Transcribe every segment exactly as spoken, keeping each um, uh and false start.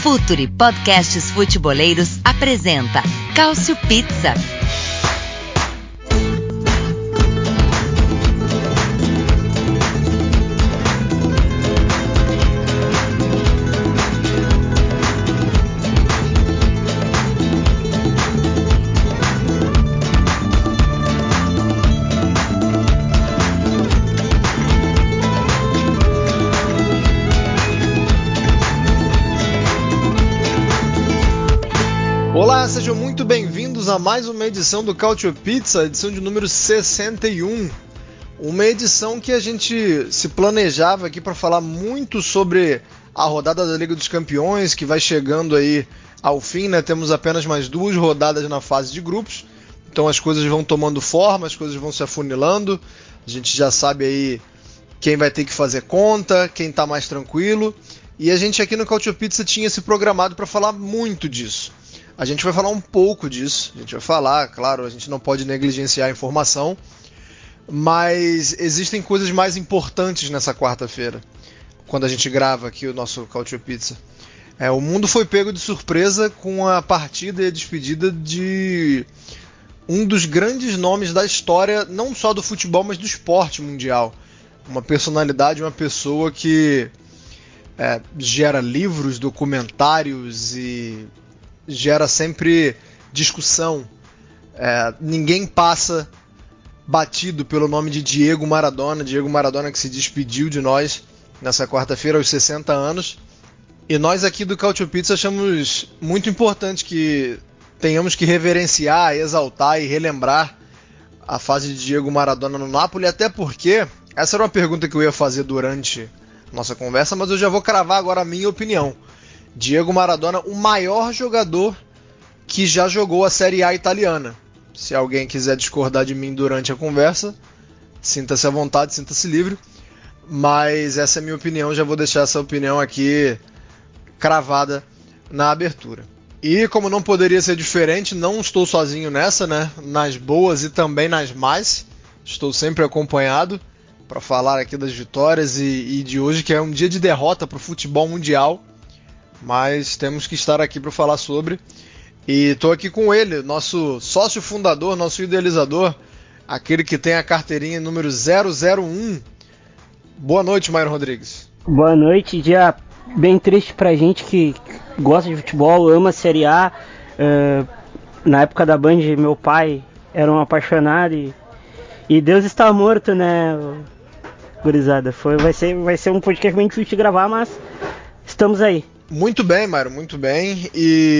Futuri Podcasts Futeboleiros apresenta Cálcio Pizza. Olá, sejam muito bem-vindos a mais uma edição do Cálcio Pizza, edição de número sessenta e um. Uma edição que a gente se planejava aqui para falar muito sobre a rodada da Liga dos Campeões, que vai chegando aí ao fim, né? Temos apenas mais duas rodadas na fase de grupos, então as coisas vão tomando forma, as coisas vão se afunilando, a gente já sabe aí quem vai ter que fazer conta, quem está mais tranquilo, e a gente aqui no Cálcio Pizza tinha se programado para falar muito disso. A gente vai falar um pouco disso, a gente vai falar, claro, a gente não pode negligenciar a informação, mas existem coisas mais importantes nessa quarta-feira, quando a gente grava aqui o nosso Cálcio Pizza. É, o mundo foi pego de surpresa com a partida e a despedida de um dos grandes nomes da história, não só do futebol, mas do esporte mundial. Uma personalidade, uma pessoa que é, gera livros, documentários e gera sempre discussão. É, ninguém passa batido pelo nome de Diego Maradona. Diego Maradona que se despediu de nós nessa quarta-feira aos sessenta anos. E nós aqui do Cálcio Pizza achamos muito importante que tenhamos que reverenciar, exaltar e relembrar a fase de Diego Maradona no Napoli, até porque essa era uma pergunta que eu ia fazer durante nossa conversa, mas eu já vou cravar agora a minha opinião. Diego Maradona, o maior jogador que já jogou a Série A italiana. Se alguém quiser discordar de mim durante a conversa, sinta-se à vontade, sinta-se livre. Mas essa é a minha opinião, já vou deixar essa opinião aqui cravada na abertura. E como não poderia ser diferente, não estou sozinho nessa, né? Nas boas e também nas más. Estou sempre acompanhado para falar aqui das vitórias e, e de hoje, que é um dia de derrota para o futebol mundial. Mas temos que estar aqui para falar sobre. E estou aqui com ele, nosso sócio fundador, nosso idealizador, aquele que tem a carteirinha número zero zero um. Boa noite, Mauro Rodrigues. Boa noite, dia bem triste pra gente que gosta de futebol, ama a Série A. Uh, na época da Band, meu pai era um apaixonado e, e Deus está morto, né, gurizada? Foi, vai, ser, vai ser um podcast bem difícil de gravar, mas estamos aí. Muito bem, Mário, muito bem.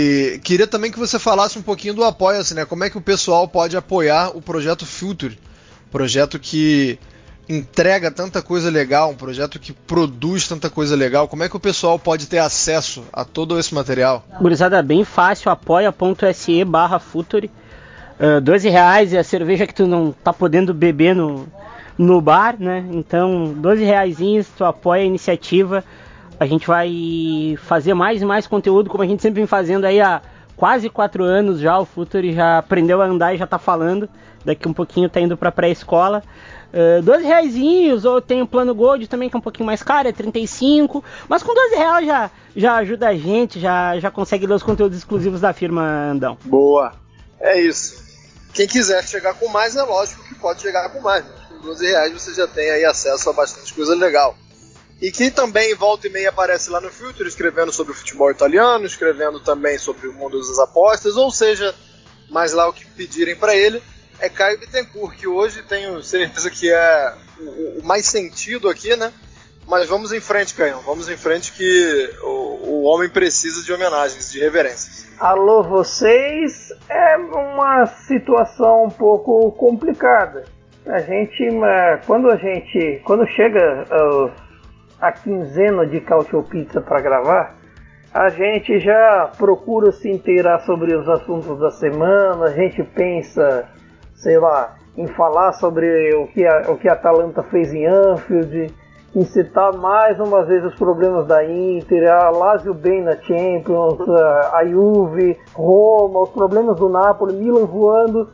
E queria também que você falasse um pouquinho do Apoia-se, né? Como é que o pessoal pode apoiar o projeto Futuri, projeto que entrega tanta coisa legal, um projeto que produz tanta coisa legal. Como é que o pessoal pode ter acesso a todo esse material? Gurizada, bem fácil, apoia.se barra Futuri. Uh, doze reais é a cerveja que tu não tá podendo beber no, no bar, né? Então, doze reaisinhos, tu apoia a iniciativa. A gente vai fazer mais e mais conteúdo, como a gente sempre vem fazendo aí há quase quatro anos já. O Futuri já aprendeu a andar e já tá falando. Daqui um pouquinho tá indo pra pré-escola. Uh, doze reaisinhos, ou tem o plano Gold também, que é um pouquinho mais caro, é trinta e cinco. Mas com doze reais já, já ajuda a gente, já, já consegue ler os conteúdos exclusivos da firma, Andão. Boa, é isso. Quem quiser chegar com mais, é lógico que pode chegar com mais. Com doze reais você já tem aí acesso a bastante coisa legal. E quem também volta e meia aparece lá no Futuri, escrevendo sobre o futebol italiano, escrevendo também sobre o mundo das apostas, ou seja, mais lá o que pedirem para ele, é Caio Bittencourt, que hoje tenho certeza que é o, o mais sentido aqui, né? Mas vamos em frente, Caio, vamos em frente que o, o homem precisa de homenagens, de reverências. Alô, vocês, é uma situação um pouco complicada. A gente, quando a gente, quando chega uh, a quinzena de Cálcio Pizza para gravar, a gente já procura se inteirar sobre os assuntos da semana, a gente pensa, sei lá, em falar sobre o que a, o que a Atalanta fez em Anfield, em citar mais uma vez os problemas da Inter, a Lazio bem na Champions, a Juve, Roma, os problemas do Napoli, Milan voando,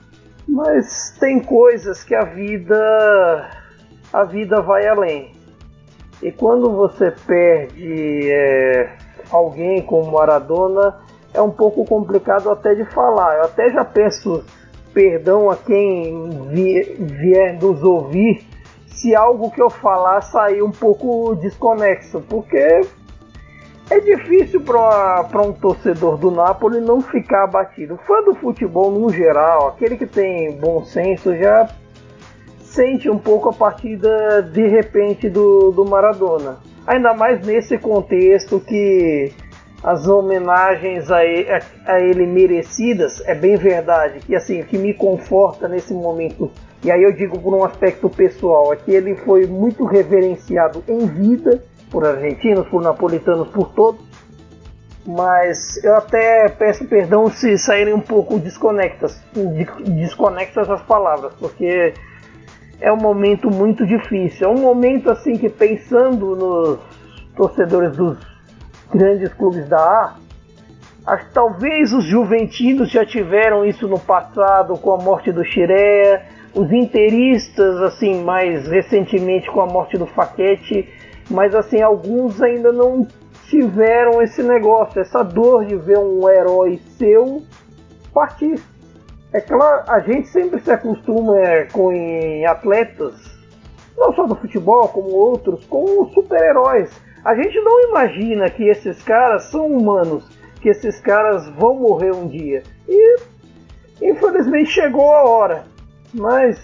mas tem coisas que a vida, a vida vai além. E quando você perde é, alguém como Maradona é um pouco complicado até de falar. Eu até já peço perdão a quem vier nos ouvir se algo que eu falar sair um pouco desconexo, porque é difícil para um torcedor do Napoli não ficar abatido. O fã do futebol no geral, aquele que tem bom senso, já sente um pouco a partida de repente do, do Maradona. Ainda mais nesse contexto que as homenagens a ele, a, a ele merecidas, é bem verdade, que assim, o que me conforta nesse momento, e aí eu digo por um aspecto pessoal, é que ele foi muito reverenciado em vida, por argentinos, por napolitanos, por todos, mas eu até peço perdão se saírem um pouco desconectas, desconectas as palavras, porque é um momento muito difícil, é um momento assim que, pensando nos torcedores dos grandes clubes da A, acho que talvez os juventinos já tiveram isso no passado com a morte do Scirea, os interistas assim mais recentemente com a morte do Facchetti, mas assim alguns ainda não tiveram esse negócio, essa dor de ver um herói seu partir. É claro, a gente sempre se acostuma é, com em atletas, não só do futebol como outros, com super-heróis. A gente não imagina que esses caras são humanos, que esses caras vão morrer um dia. E infelizmente chegou a hora, mas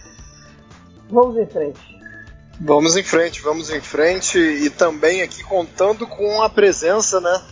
vamos em frente. Vamos em frente, vamos em frente, e também aqui contando com a presença, né,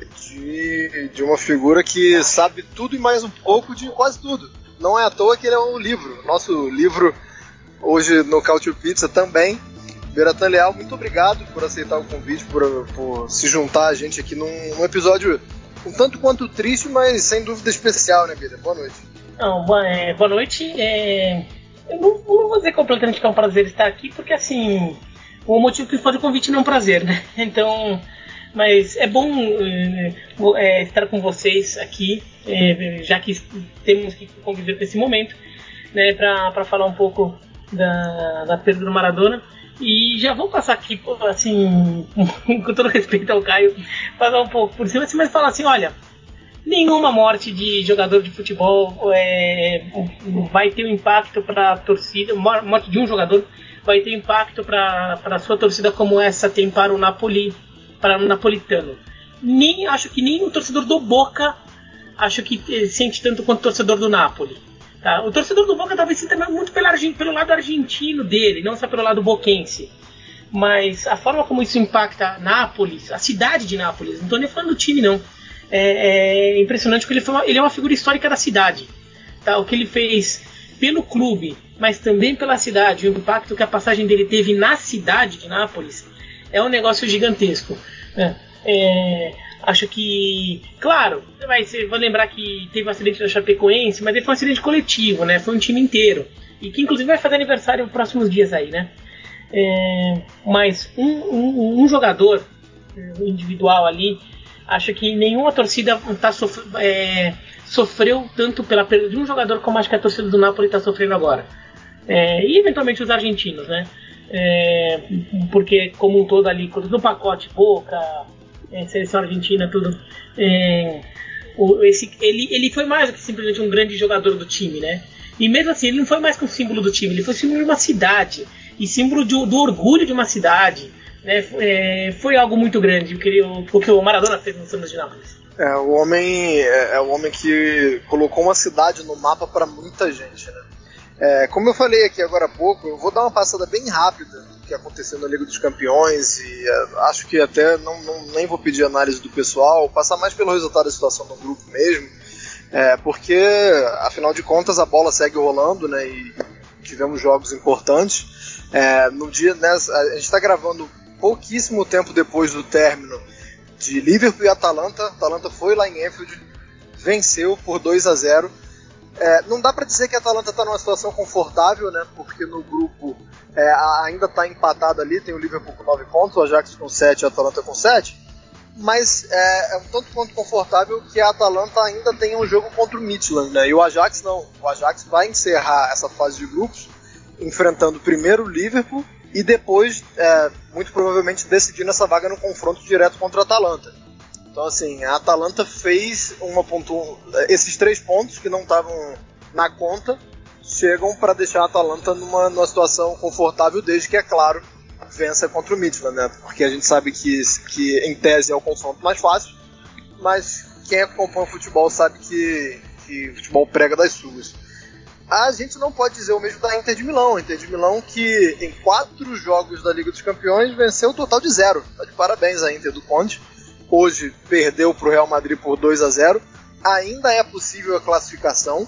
de, de uma figura que sabe tudo e mais um pouco de quase tudo. Não é à toa que ele é um livro, nosso livro hoje no Cautio Pizza também. Beratan Leal, muito obrigado por aceitar o convite, por, por se juntar a gente aqui num, num episódio um tanto quanto triste, mas sem dúvida especial, né, Bira? Boa noite. Não, boa, é, boa noite. É... Eu não, não vou dizer completamente que é um prazer estar aqui, porque assim, o motivo que faz o convite não é um prazer, né? Então, mas é bom é, é, estar com vocês aqui, é, já que temos que conviver com esse momento, né, para falar um pouco da, da perda do Maradona. E já vou passar aqui, assim, com todo respeito ao Caio, passar um pouco por cima, assim, mas falar assim, olha, nenhuma morte de jogador de futebol é, vai ter um impacto para a torcida, morte de um jogador vai ter impacto para a sua torcida como essa tem para o Napoli, para o napolitano. Nem, acho que nem o torcedor do Boca acho que sente tanto quanto o torcedor do Napoli. Tá? O torcedor do Boca talvez sinta muito pelo, pelo lado argentino dele, não só pelo lado boquense. Mas a forma como isso impacta Nápoles, a cidade de Nápoles, não estou nem falando do time não, é, é impressionante porque ele, foi uma, ele é uma figura histórica da cidade. Tá? O que ele fez pelo clube, mas também pela cidade, o impacto que a passagem dele teve na cidade de Nápoles é um negócio gigantesco. É, é, acho que, claro, vai ser, vou lembrar que teve um acidente da Chapecoense, mas ele foi um acidente coletivo, né? Foi um time inteiro. E que inclusive vai fazer aniversário nos próximos dias aí, né? É, mas um, um, um jogador individual ali, acho que nenhuma torcida tá sof- é, sofreu tanto pela perda de um jogador como acho que a torcida do Napoli está sofrendo agora. É, e eventualmente os argentinos, né? É, porque como um todo ali, no pacote Boca, é, seleção argentina, tudo. É, o, esse, ele, ele foi mais do que simplesmente um grande jogador do time, né? E mesmo assim, ele não foi mais que um símbolo do time, ele foi símbolo de uma cidade e símbolo de, do orgulho de uma cidade, né? É, foi algo muito grande, o que o, o que o Maradona fez no Santos de Nápoles. É, o homem é, é o homem que colocou uma cidade no mapa para muita gente, né? É, como eu falei aqui agora há pouco, eu vou dar uma passada bem rápida do que aconteceu na Liga dos Campeões e é, acho que até não, não, nem vou pedir análise do pessoal, passar mais pelo resultado da situação do grupo mesmo, é, porque afinal de contas a bola segue rolando, né, e tivemos jogos importantes. É, no dia, né, a gente está gravando pouquíssimo tempo depois do término de Liverpool e Atalanta. Atalanta foi lá em Anfield, venceu por dois a zero. É, não dá para dizer que a Atalanta está numa situação confortável, né? Porque no grupo é, ainda está empatado ali, tem o Liverpool com nove pontos, o Ajax com sete e a Atalanta com sete, mas é, é um tanto quanto confortável que a Atalanta ainda tenha um jogo contra o Midtjylland, né? E o Ajax não, o Ajax vai encerrar essa fase de grupos enfrentando primeiro o Liverpool e depois, é, muito provavelmente, decidindo essa vaga no confronto direto contra a Atalanta. Então, assim, a Atalanta fez uma pontu... esses três pontos que não estavam na conta chegam para deixar a Atalanta numa, numa situação confortável, desde que, é claro, vença contra o Midland, né? Porque a gente sabe que, que em tese é o confronto mais fácil, mas quem acompanha o futebol sabe que, que o futebol prega das suas. A gente não pode dizer o mesmo da Inter de Milão. A Inter de Milão que em quatro jogos da Liga dos Campeões venceu o total de zero. Tá de parabéns a Inter do Conte. Hoje perdeu para o Real Madrid por dois a zero. Ainda é possível a classificação.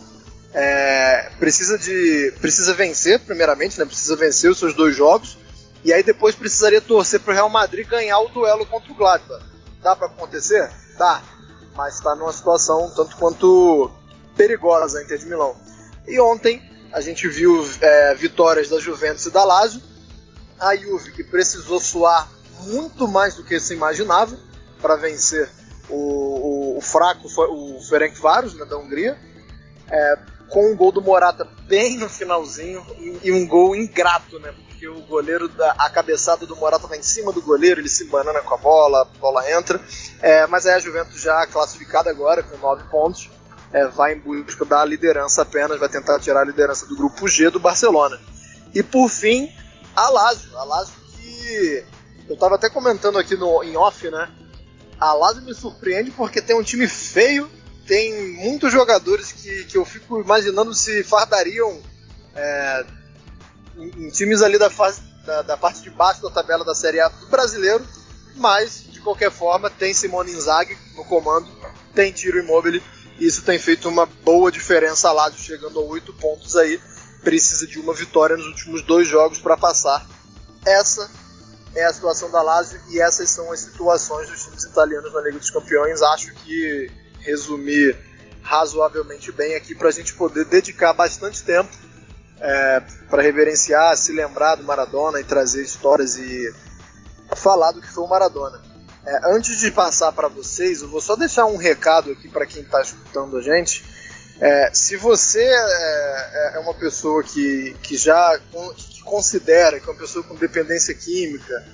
É, precisa, de, precisa vencer primeiramente, né? Precisa vencer os seus dois jogos. E aí depois precisaria torcer para o Real Madrid ganhar o duelo contra o Gladbach. Dá para acontecer? Dá. Mas está numa situação tanto quanto perigosa a Inter de Milão. E ontem a gente viu é, vitórias da Juventus e da Lazio. A Juve, que precisou suar muito mais do que se imaginava para vencer o, o, o fraco, o Ferencváros, né, da Hungria, é, com um gol do Morata bem no finalzinho e, e um gol ingrato, né, porque o goleiro, da, a cabeçada do Morata está em cima do goleiro, ele se banana com a bola, a bola entra, é, mas aí a Juventus já classificada agora com nove pontos. É, vai em busca da liderança apenas, vai tentar tirar a liderança do grupo G do Barcelona. E por fim, a Lazio. A Lazio que eu estava até comentando aqui no, em off, né? A Lazio me surpreende porque tem um time feio, tem muitos jogadores que, que eu fico imaginando se fardariam é, em, em times ali da, fase, da, da parte de baixo da tabela da Série A do brasileiro, mas de qualquer forma tem Simone Inzaghi no comando, tem Ciro Immobile. Isso tem feito uma boa diferença. A Lazio chegando a oito pontos aí. Precisa de uma vitória nos últimos dois jogos para passar. Essa é a situação da Lazio e essas são as situações dos times italianos na Liga dos Campeões. Acho que resumi razoavelmente bem aqui para a gente poder dedicar bastante tempo é, para reverenciar, se lembrar do Maradona e trazer histórias e falar do que foi o Maradona. É, antes de passar para vocês, eu vou só deixar um recado aqui para quem está escutando a gente. É, se você é, é uma pessoa que, que já que considera que é uma pessoa com dependência química,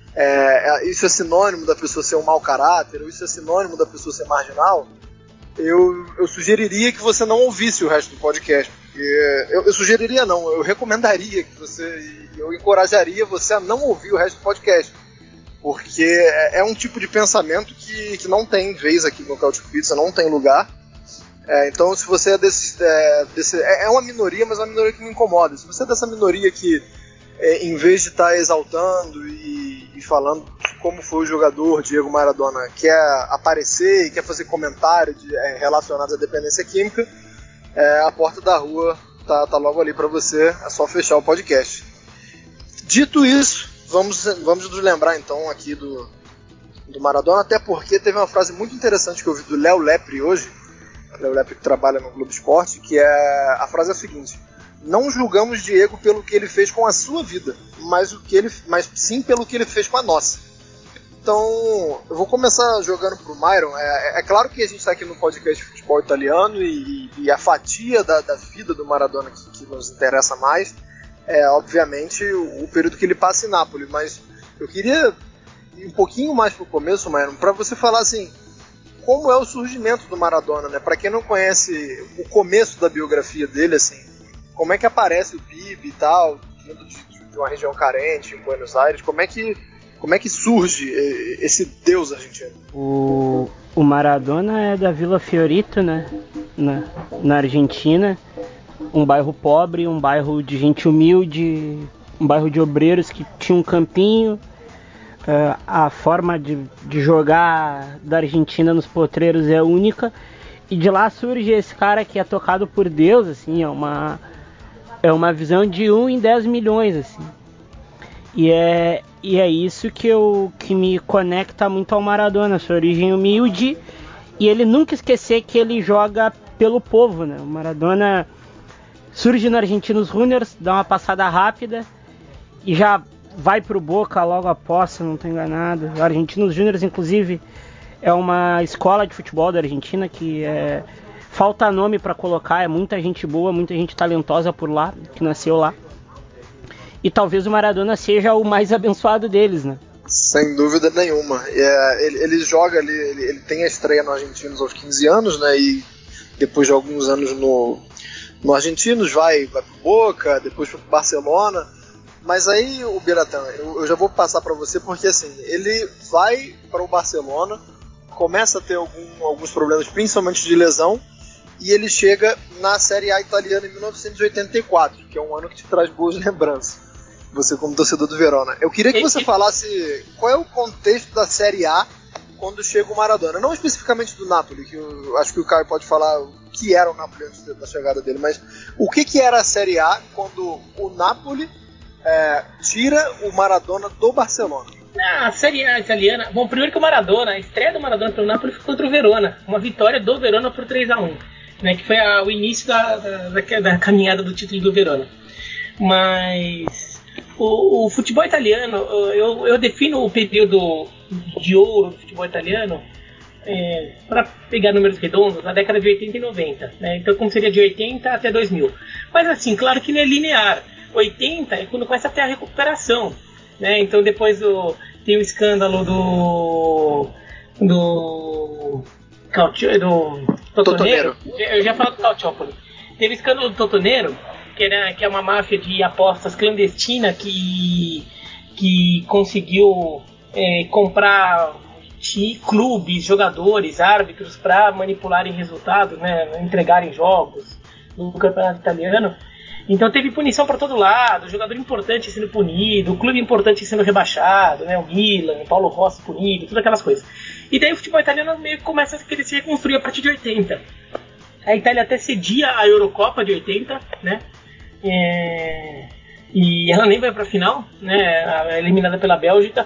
é, isso é sinônimo da pessoa ser um mau caráter, ou isso é sinônimo da pessoa ser marginal, eu, eu sugeriria que você não ouvisse o resto do podcast. Porque eu, eu sugeriria não, eu recomendaria que você, eu encorajaria você a não ouvir o resto do podcast. Porque é um tipo de pensamento que, que não tem vez aqui no Couch Pizza, não tem lugar. É, então, se você é desse, é, desse... É uma minoria, mas é uma minoria que me incomoda. Se você é dessa minoria que, é, em vez de estar tá exaltando e, e falando como foi o jogador Diego Maradona, quer aparecer e quer fazer comentário de, é, relacionados à dependência química, é, a porta da rua tá, tá logo ali para você, é só fechar o podcast. Dito isso, Vamos, vamos nos lembrar então aqui do, do Maradona, até porque teve uma frase muito interessante que eu ouvi do Léo Lepre hoje, Léo Lepre que trabalha no Globo Esporte, que é, a frase é a seguinte: não julgamos Diego pelo que ele fez com a sua vida, mas, o que ele, mas sim pelo que ele fez com a nossa. Então, eu vou começar jogando pro Myron. É, é claro que a gente está aqui no podcast de futebol italiano e, e a fatia da, da vida do Maradona que, que nos interessa mais é, obviamente, o, o período que ele passa em Nápoles, mas eu queria ir um pouquinho mais pro começo, Myron, para você falar assim, como é o surgimento do Maradona, né? Para quem não conhece o começo da biografia dele, assim, como é que aparece o Bibi e tal, vindo de, de uma região carente, em Buenos Aires, como é que, como é que surge esse deus argentino? O, o Maradona é da Vila Fiorito, né? Na, na Argentina. Um bairro pobre, um bairro de gente humilde, um bairro de obreiros que tinha um campinho. Uh, a forma de, de jogar da Argentina nos potreiros é única. E de lá surge esse cara que é tocado por Deus, assim, é uma, é uma visão de um em dez milhões, assim. E é, e é isso que, eu, que me conecta muito ao Maradona, sua origem humilde. E ele nunca esquecer que ele joga pelo povo, né? O Maradona surge no Argentinos Juniors, dá uma passada rápida e já vai pro Boca logo após, se não estou enganado. O Argentinos Juniors, inclusive, é uma escola de futebol da Argentina que é, falta nome para colocar, é muita gente boa, muita gente talentosa por lá, que nasceu lá. E talvez o Maradona seja o mais abençoado deles, né? Sem dúvida nenhuma. É, ele, ele joga ali, ele, ele tem a estreia no Argentinos aos quinze anos, né? E depois de alguns anos no, no Argentinos vai, vai pro Boca, depois pro Barcelona. Mas aí, o Biratã, eu, eu já vou passar para você, porque assim, ele vai para o Barcelona, começa a ter algum, alguns problemas, principalmente de lesão, e ele chega na Série A italiana em mil novecentos e oitenta e quatro, que é um ano que te traz boas lembranças. Você como torcedor do Verona. Eu queria que você falasse qual é o contexto da Série A quando chega o Maradona. Não especificamente do Napoli, que eu acho que o Caio pode falar o que era o Napoli antes da chegada dele, mas o que, que era a Série A quando o Napoli é, tira o Maradona do Barcelona? A Série A italiana... Bom, primeiro que o Maradona, a estreia do Maradona pelo Napoli foi contra o Verona. Uma vitória do Verona por três a um, né, que foi a, o início da, da, da, da caminhada do título do Verona. Mas... O, o futebol italiano, eu, eu defino o período de ouro do futebol italiano, é, para pegar números redondos, na década de oitenta e noventa. Né? Então, como seria de oitenta até dois mil. Mas, assim, claro que não é linear. oitenta é quando começa a ter a recuperação. Né? Então, depois do, tem o escândalo do. do. do Totoneiro. Eu já falo do Calciopoli. Teve o escândalo do Totoneiro. Que, era, que é uma máfia de apostas clandestina que, que conseguiu é, comprar clubes, jogadores, árbitros para manipularem resultados, né, entregarem jogos no campeonato italiano. Então teve punição para todo lado, jogador importante sendo punido, o clube importante sendo rebaixado, né, o Milan, o Paulo Rossi punido, todas aquelas coisas. E daí o futebol italiano meio que começa a querer se reconstruir a partir de oitenta. A Itália até cedia a Eurocopa de oitenta, né? É, e ela nem vai para a final, né, eliminada pela Bélgica.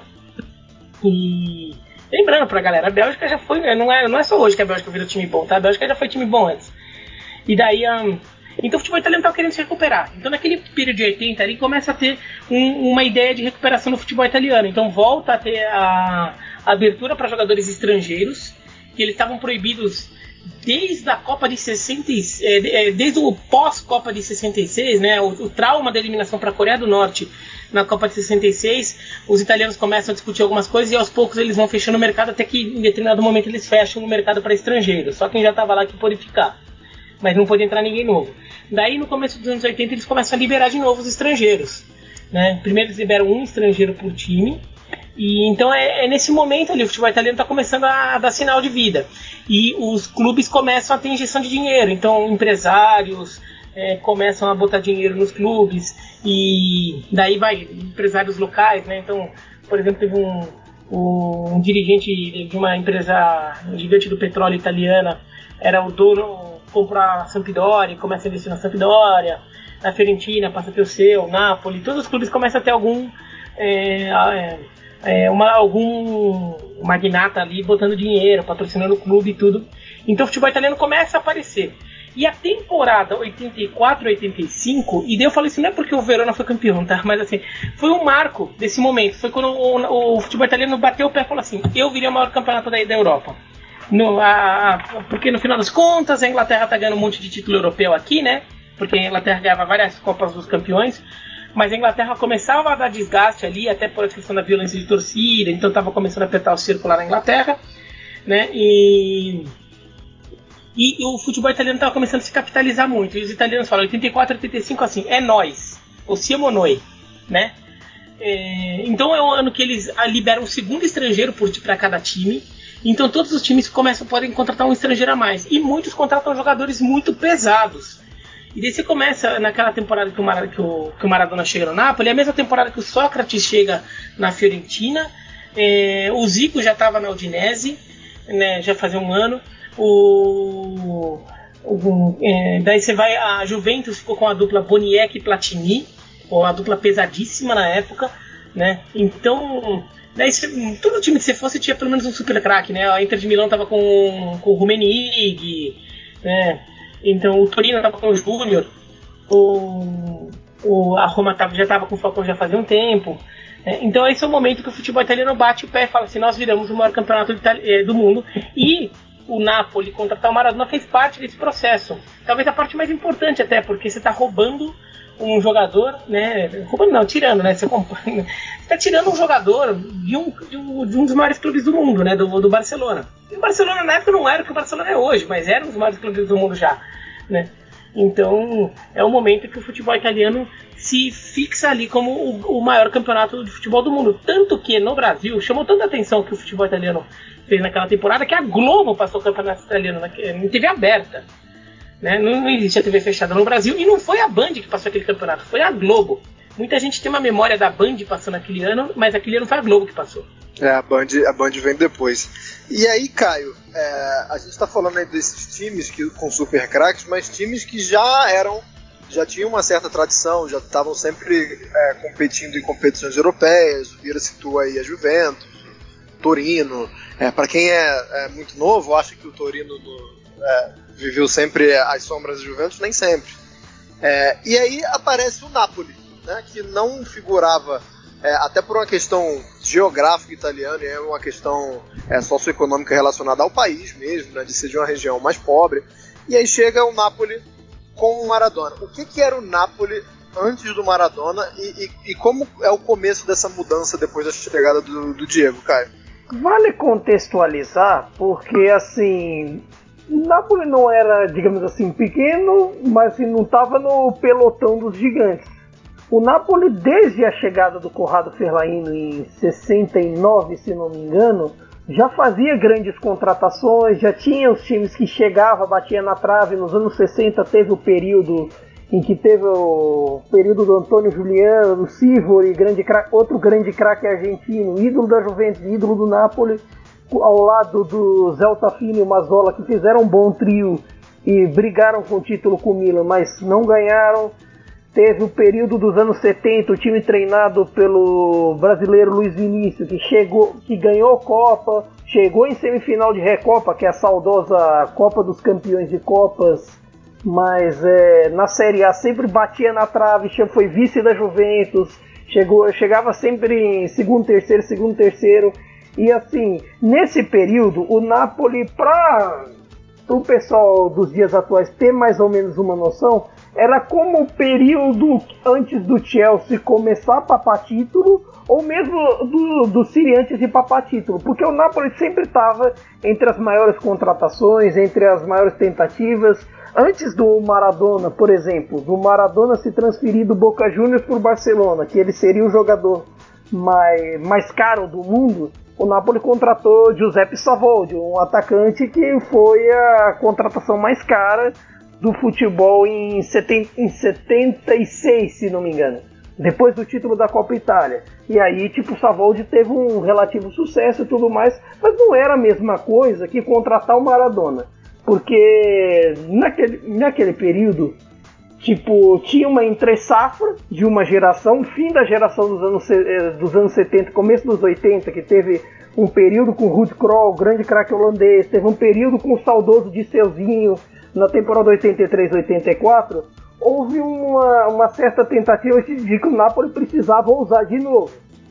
E lembrando pra galera, a Bélgica já foi, não é, não é só hoje que a Bélgica virou time bom, tá? A Bélgica já foi time bom antes. E daí, um, então o futebol italiano estava querendo se recuperar. Então naquele período de oitenta ali começa a ter um, uma ideia de recuperação no futebol italiano. Então volta a ter a, a abertura para jogadores estrangeiros, que eles estavam proibidos desde a Copa de sessenta, desde o pós-Copa de sessenta e seis, né, o, o trauma da eliminação para a Coreia do Norte na Copa de sessenta e seis, os italianos começam a discutir algumas coisas e aos poucos eles vão fechando o mercado, até que em determinado momento eles fecham o mercado para estrangeiros, só quem já estava lá que pôde ficar, mas não pôde entrar ninguém novo. Daí no começo dos anos oitenta eles começam a liberar de novo os estrangeiros, né? Primeiro eles liberam um estrangeiro por time. E então é, é nesse momento ali o futebol italiano está começando a, a dar sinal de vida e os clubes começam a ter injeção de dinheiro, então empresários é, começam a botar dinheiro nos clubes e daí vai empresários locais, né? Então, por exemplo, teve um, um, um dirigente de uma empresa gigante do petróleo italiana, era o dono, compra a Sampdoria, começa a investir na Sampdoria, na Fiorentina passa a ter o seu, Napoli, todos os clubes começam a ter algum é, é, É, uma, algum magnata ali botando dinheiro, patrocinando o clube e tudo. Então o futebol italiano começa a aparecer. E a temporada oitenta e quatro oitenta e cinco, e daí eu falo isso não é porque o Verona foi campeão, tá? Mas assim, foi um marco desse momento. Foi quando o, o futebol italiano bateu o pé e falou assim: eu virei o maior campeonato da, da Europa. No, a, a, porque no final das contas a Inglaterra tá ganhando um monte de título europeu aqui, né? Porque a Inglaterra ganhava várias Copas dos Campeões. Mas a Inglaterra começava a dar desgaste ali, até por a questão da violência de torcida, então estava começando a apertar o cerco lá na Inglaterra, né? E, e, e o futebol italiano estava começando a se capitalizar muito. E os italianos falam oitenta e quatro, oitenta e cinco assim, é nós, o siamo noi, né? É, então é o ano que eles liberam um segundo estrangeiro para cada time. Então todos os times começam podem contratar um estrangeiro a mais. E muitos contratam jogadores muito pesados. E daí você começa naquela temporada que o, Mar, que, o, que o Maradona chega no Napoli, é a mesma temporada que o Sócrates chega na Fiorentina, é, o Zico já estava na Udinese, né, já fazia um ano, o, o, é, daí você vai, a Juventus ficou com a dupla Boniek e Platini, ou a dupla pesadíssima na época, né, então daí você, todo time que você fosse tinha pelo menos um super craque, né, a Inter de Milão estava com, com o Rummenigge, né. Então o Torino estava com o Júnior, o, o, a Roma tava, já estava com o Falcão já fazia um tempo. Né? Então esse é o momento que o futebol italiano bate o pé e fala assim, nós viramos o maior campeonato do, do mundo. E o Napoli contratar o Maradona fez parte desse processo. Talvez a parte mais importante até, porque você está roubando um jogador, né? Roubando não, tirando, né? Você está tirando um jogador de um, de, um, de um dos maiores clubes do mundo, né? Do, do Barcelona. E o Barcelona na época não era o que o Barcelona é hoje, mas era um dos maiores clubes do mundo já, né? Então é o momento que o futebol italiano se fixa ali como o, o maior campeonato de futebol do mundo. Tanto que no Brasil chamou tanta atenção que o futebol italiano fez naquela temporada que a Globo passou o campeonato italiano na, em T V aberta. Né? Não, não existe a T V fechada no Brasil e não foi a Band que passou aquele campeonato, foi a Globo. Muita gente tem uma memória da Band passando aquele ano, mas aquele ano foi a Globo que passou. É, a Band, a Band vem depois. E aí, Caio, é, a gente está falando aí desses times que, com super craques, mas times que já eram, já tinham uma certa tradição, já estavam sempre é, competindo em competições europeias. O Vira citou aí a Juventus, Torino. É, para quem é, é muito novo, acha que o Torino no, é, viveu sempre as sombras da Juventus, nem sempre. É, e aí aparece o Napoli, né, que não figurava, é, até por uma questão geográfica italiana, e é uma questão é, socioeconômica relacionada ao país mesmo, né, de ser de uma região mais pobre. E aí chega o Napoli com o Maradona. O que, que era o Napoli antes do Maradona e, e, e como é o começo dessa mudança depois da chegada do, do Diego, Caio? Vale contextualizar, porque assim, o Napoli não era, digamos assim, pequeno, mas assim, não estava no pelotão dos gigantes. O Napoli, desde a chegada do Corrado Fellaini em sessenta e nove, se não me engano, já fazia grandes contratações, já tinha os times que chegavam, batia na trave. Nos anos sessenta teve o período em que teve o período do Antônio Giuliano, do Sivori, grande craque, outro grande craque argentino, ídolo da Juventus, ídolo do Napoli, ao lado do Zé Altafini e o Mazzola, que fizeram um bom trio e brigaram com o título com o Milan, mas não ganharam. Teve o período dos anos setenta, o time treinado pelo brasileiro Luiz Vinícius, que, chegou, que ganhou Copa, chegou em semifinal de Recopa, que é a saudosa Copa dos Campeões de Copas, mas é, na Série A sempre batia na trave, foi vice da Juventus, chegou, chegava sempre em segundo, terceiro, segundo, terceiro. E assim, nesse período, o Napoli, para o pessoal dos dias atuais ter mais ou menos uma noção, era como o período antes do Chelsea começar a papar título, ou mesmo do, do City antes de papar título, porque o Napoli sempre estava entre as maiores contratações, entre as maiores tentativas. Antes do Maradona, por exemplo, do Maradona se transferir do Boca Juniors para o Barcelona, que ele seria o jogador mais, mais caro do mundo, o Napoli contratou Giuseppe Savoldi, um atacante que foi a contratação mais cara do futebol em setenta e seis, se não me engano, depois do título da Copa Itália. E aí, tipo, o Savoldi teve um relativo sucesso e tudo mais, mas não era a mesma coisa que contratar o Maradona, porque naquele, naquele período, tipo, tinha uma entre-safra de uma geração, fim da geração dos anos, dos anos setenta, começo dos oitenta, que teve um período com Ruud Krol, grande craque holandês, teve um período com o saudoso Disseuzinho na temporada oitenta e três oitenta e quatro. Houve uma, uma certa tentativa de que o Napoli precisava ousar de novo.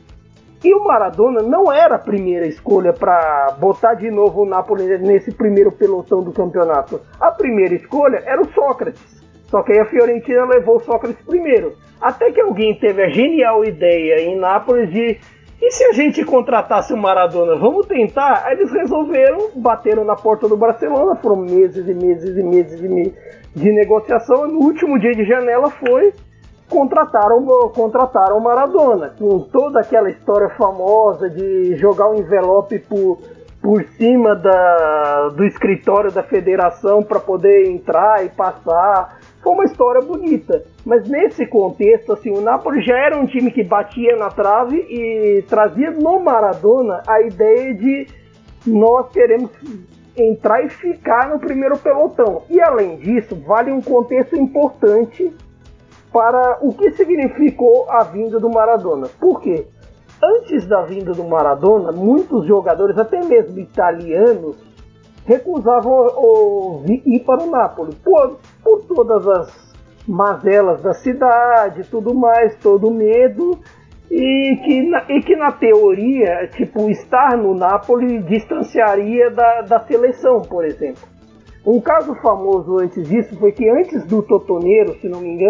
E o Maradona não era a primeira escolha para botar de novo o Napoli nesse primeiro pelotão do campeonato. A primeira escolha era o Sócrates. Só que aí a Fiorentina levou o Sócrates primeiro. Até que alguém teve a genial ideia em Nápoles de: e se a gente contratasse o Maradona? Vamos tentar? Aí eles resolveram, bateram na porta do Barcelona, foram meses e meses e meses e meses de negociação. No último dia de janela foi, contrataram, contrataram o Maradona, com toda aquela história famosa de jogar o envelope por, por cima da, do escritório da federação para poder entrar e passar. Foi uma história bonita, mas nesse contexto, assim, o Napoli já era um time que batia na trave e trazia no Maradona a ideia de: nós queremos entrar e ficar no primeiro pelotão. E além disso, vale um contexto importante para o que significou a vinda do Maradona. Por quê? Antes da vinda do Maradona, muitos jogadores, até mesmo italianos, recusavam o, o, ir para o Napoli, por, por todas as mazelas da cidade, tudo mais, todo medo, e que, na, e que na teoria, tipo, estar no Napoli distanciaria da, da seleção, por exemplo. Um caso famoso antes disso foi que antes do Totonero, se não me engano,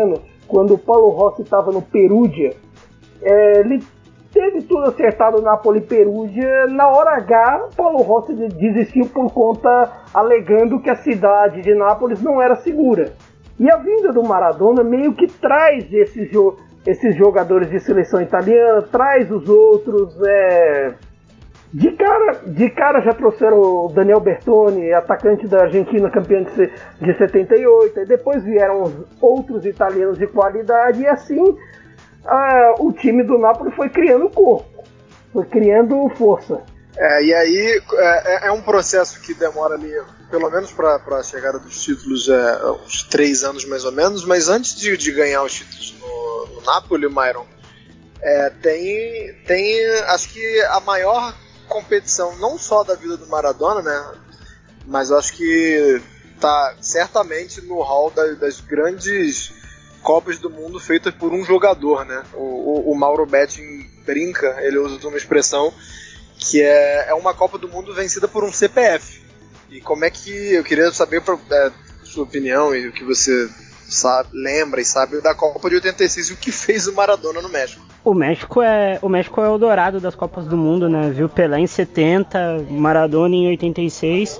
quando o Paulo Rossi estava no Perugia, é, ele teve tudo acertado na Napoli Perugia. Na hora H, Paulo Rossi desistiu por conta, alegando que a cidade de Nápoles não era segura. E a vinda do Maradona meio que traz esses, jo- esses jogadores de seleção italiana, traz os outros. É... De, cara, de cara já trouxeram o Daniel Bertoni, atacante da Argentina, campeão de, se- de setenta e oito. E depois vieram os outros italianos de qualidade. E assim ah, o time do Napoli foi criando corpo, foi criando força. É, e aí é, é um processo que demora ali, pelo menos para a chegada dos títulos, é, uns três anos mais ou menos, mas antes de, de ganhar os títulos no, no Napoli, Myron, é, tem, tem, acho que a maior competição, não só da vida do Maradona, né, mas acho que tá certamente no hall da, das grandes Copas do Mundo feitas por um jogador, né? O, o, o Mauro Betting brinca, ele usa uma expressão que é, é uma Copa do Mundo vencida por um C P F. E como é que, eu queria saber é, sua opinião e o que você sabe, lembra e sabe da Copa de oitenta e seis e o que fez o Maradona no México. O México é o México é o dourado das Copas do Mundo, né? Viu Pelé em setenta, Maradona em oitenta e seis.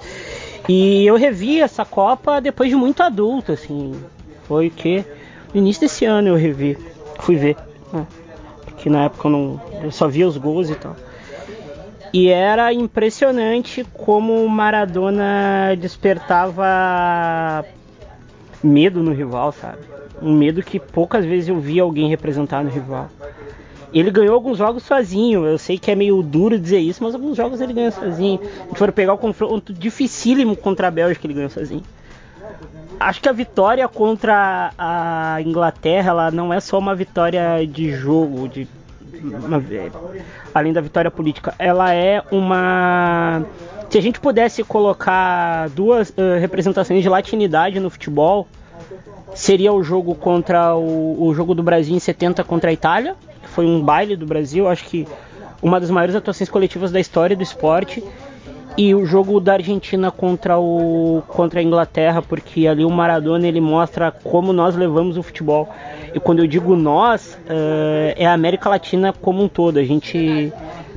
E eu revi essa Copa depois de muito adulto, assim. Foi o quê? No início desse ano eu revi, fui ver, né? Porque na época eu, não, eu só via os gols e tal. E era impressionante como o Maradona despertava medo no rival, sabe? Um medo que poucas vezes eu vi alguém representar no rival. Ele ganhou alguns jogos sozinho, eu sei que é meio duro dizer isso, mas alguns jogos ele ganhou sozinho. Se a gente for pegar o confronto dificílimo contra a Bélgica, ele ganhou sozinho. Acho que a vitória contra a Inglaterra, ela não é só uma vitória de jogo, de, uma, além da vitória política. Ela é uma... Se a gente pudesse colocar duas uh, representações de latinidade no futebol, seria o jogo contra o, o jogo do Brasil em setenta contra a Itália, que foi um baile do Brasil, acho que uma das maiores atuações coletivas da história do esporte. E o jogo da Argentina contra, o, contra a Inglaterra, porque ali o Maradona ele mostra como nós levamos o futebol. E quando eu digo nós, uh, é a América Latina como um todo. A gente,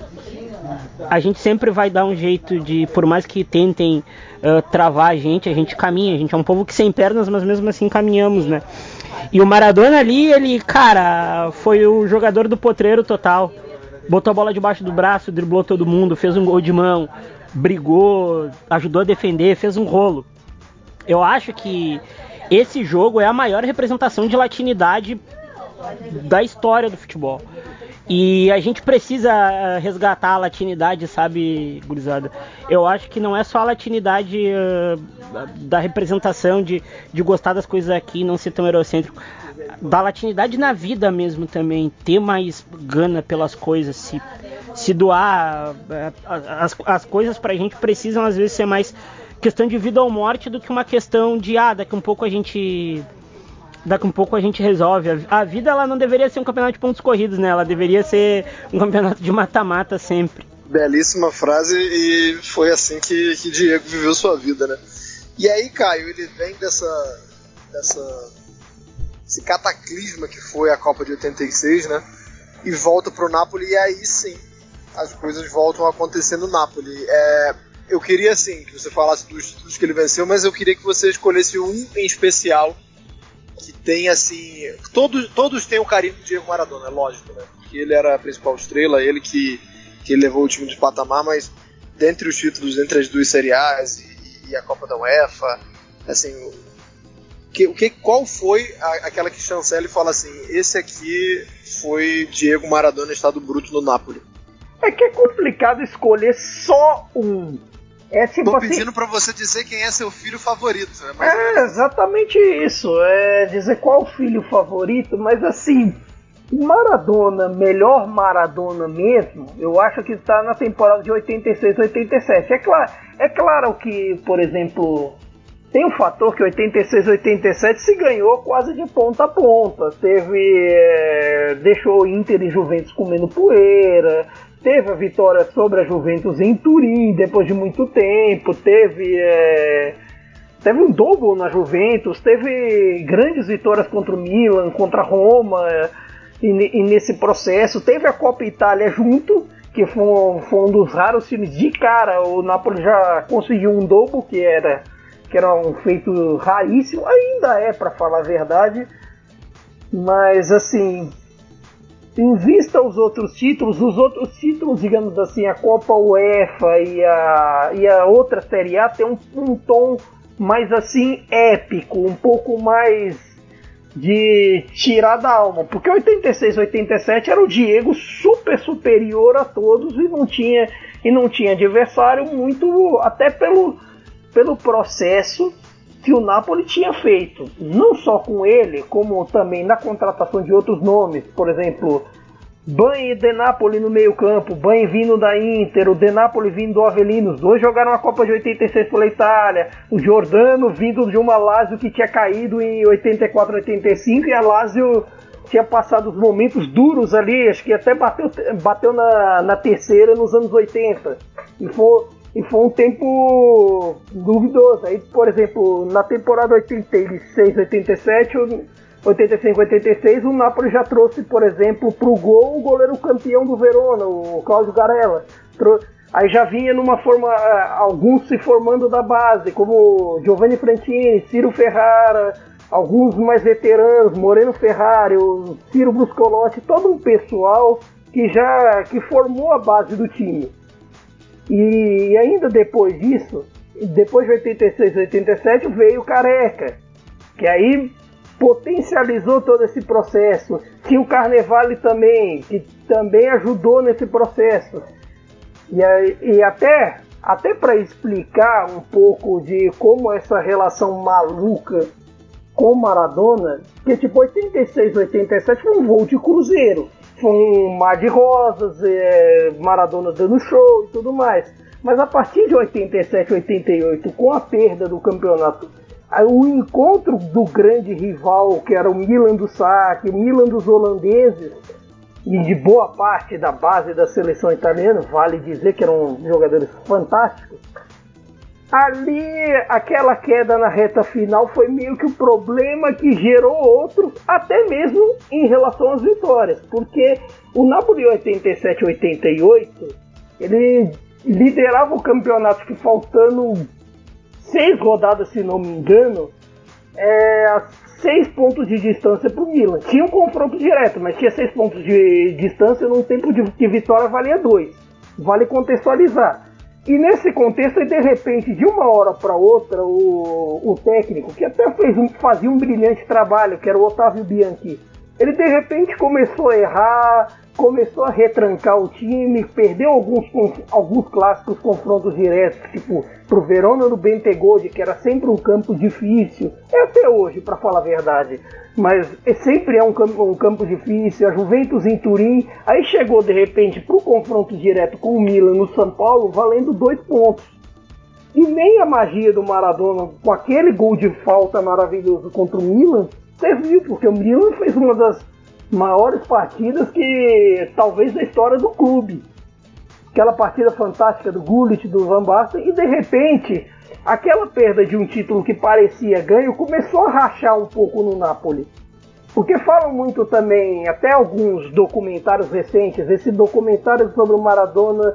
a gente sempre vai dar um jeito de, por mais que tentem uh, travar a gente, a gente caminha. A gente é um povo que sem pernas, mas mesmo assim caminhamos, né? E o Maradona ali, ele, cara, foi o jogador do potreiro total. Botou a bola debaixo do braço, driblou todo mundo, fez um gol de mão, brigou, ajudou a defender, fez um rolo. Eu acho que esse jogo é a maior representação de latinidade da história do futebol. E a gente precisa resgatar a latinidade, sabe, gurizada? Eu acho que não é só a latinidade uh, da representação, de, de gostar das coisas aqui, não ser tão eurocêntrico. Da latinidade na vida mesmo também, ter mais gana pelas coisas, se, se doar. As, as coisas pra gente precisam às vezes ser mais questão de vida ou morte do que uma questão de, ah, daqui um pouco a gente... daqui um pouco a gente resolve. A vida ela não deveria ser um campeonato de pontos corridos, né? Ela deveria ser um campeonato de mata-mata sempre. Belíssima frase, e foi assim que, que Diego viveu sua vida, né? E aí, Caio, ele vem dessa, dessa esse cataclisma que foi a Copa de oitenta e seis, né? E volta pro Napoli, e aí sim as coisas voltam a acontecer no Napoli. É, eu queria, assim, que você falasse dos títulos que ele venceu, mas eu queria que você escolhesse um em especial que tem, assim... Todos, todos têm o carinho do Diego Maradona, é lógico, né? Porque ele era a principal estrela, ele que, que levou o time de patamar, mas dentre os títulos, entre as duas Série A's e, e a Copa da UEFA, assim... Que, que, qual foi a, aquela que chancela e fala assim, esse aqui foi Diego Maradona estado bruto no Napoli? É que é complicado escolher só um. É tipo Tô assim, pedindo pra você dizer quem é seu filho favorito. É, mais é exatamente isso, é dizer qual o filho favorito, mas assim, Maradona, melhor Maradona mesmo, eu acho que está na temporada de oitenta e seis, oitenta e sete. É claro, é claro que, por exemplo, tem um fator que oitenta e seis, oitenta e sete se ganhou quase de ponta a ponta. Teve, é, deixou Inter e Juventus comendo poeira. Teve a vitória sobre a Juventus em Turim depois de muito tempo. Teve, é, teve um double na Juventus, teve grandes vitórias contra o Milan, contra a Roma, e, e nesse processo teve a Copa Itália junto, que foi um, foi um dos raros times de cara. O Napoli já conseguiu um double, que era, que era um feito raríssimo, ainda é, para falar a verdade, mas assim, em vista aos outros títulos, os outros títulos, digamos assim, a Copa UEFA e a, e a outra Série A tem um, um tom mais assim épico, um pouco mais de tirar da alma, porque oitenta e seis, oitenta e sete era o Diego super superior a todos e não tinha, e não tinha adversário, muito até pelo, pelo processo que o Napoli tinha feito, não só com ele, como também na contratação de outros nomes, por exemplo, Ban e De Napoli no meio campo, Ban vindo da Inter, o De Napoli vindo do Avellino, os dois jogaram a Copa de oitenta e seis pela Itália, o Giordano vindo de uma Lazio que tinha caído em oitenta e quatro, oitenta e cinco, e a Lazio tinha passado os momentos duros ali, acho que até bateu, bateu na, na terceira nos anos oitenta, e foi, e foi um tempo duvidoso. Aí, por exemplo, na temporada oitenta e seis, oitenta e sete, oitenta e cinco, oitenta e seis, o Napoli já trouxe, por exemplo, para o gol o goleiro campeão do Verona, o Cláudio Garella. Aí já vinha numa forma, alguns se formando da base, como Giovanni Frantini, Ciro Ferrara, alguns mais veteranos, Moreno Ferrari, o Ciro Bruscolotti, todo um pessoal que já que formou a base do time. E ainda depois disso, depois de oitenta e seis, oitenta e sete, veio o Careca, que aí potencializou todo esse processo. Tinha o Carnevale também, que também ajudou nesse processo. E, e até, até para explicar um pouco de como essa relação maluca com Maradona, que tipo oitenta e seis, oitenta e sete foi um voo de cruzeiro, foi um mar de rosas, é, Maradona dando show e tudo mais. Mas a partir de oitenta e sete, oitenta e oito, com a perda do campeonato, o encontro do grande rival, que era o Milan do Sacchi, o Milan dos holandeses, e de boa parte da base da seleção italiana, vale dizer que eram jogadores fantásticos, ali aquela queda na reta final foi meio que o problema que gerou outros, até mesmo em relação às vitórias, porque o Napoli oitenta e sete, oitenta e oito, ele liderava o campeonato que, faltando seis rodadas, se não me engano, é, a seis pontos de distância para o Milan. Tinha um confronto direto, mas tinha seis pontos de distância num tempo de, de vitória valia dois. Vale contextualizar. E nesse contexto, de repente, de uma hora para outra, o, o técnico, que até fez um, fazia um brilhante trabalho, que era o Otávio Bianchi, ele de repente começou a errar, começou a retrancar o time, perdeu alguns, alguns clássicos confrontos diretos, tipo pro Verona no Bentegodi, que era sempre um campo difícil, é até hoje, para falar a verdade, mas é, sempre é um campo, um campo difícil. A Juventus em Turim, aí chegou de repente pro confronto direto com o Milan no São Paulo, valendo dois pontos. E nem a magia do Maradona, com aquele gol de falta maravilhoso contra o Milan, serviu, porque o Milan fez uma das maiores partidas que talvez da história do clube. Aquela partida fantástica do Gullit, do Van Basten, e de repente aquela perda de um título que parecia ganho começou a rachar um pouco no Napoli. Porque falam muito também, até alguns documentários recentes, esse documentário sobre o Maradona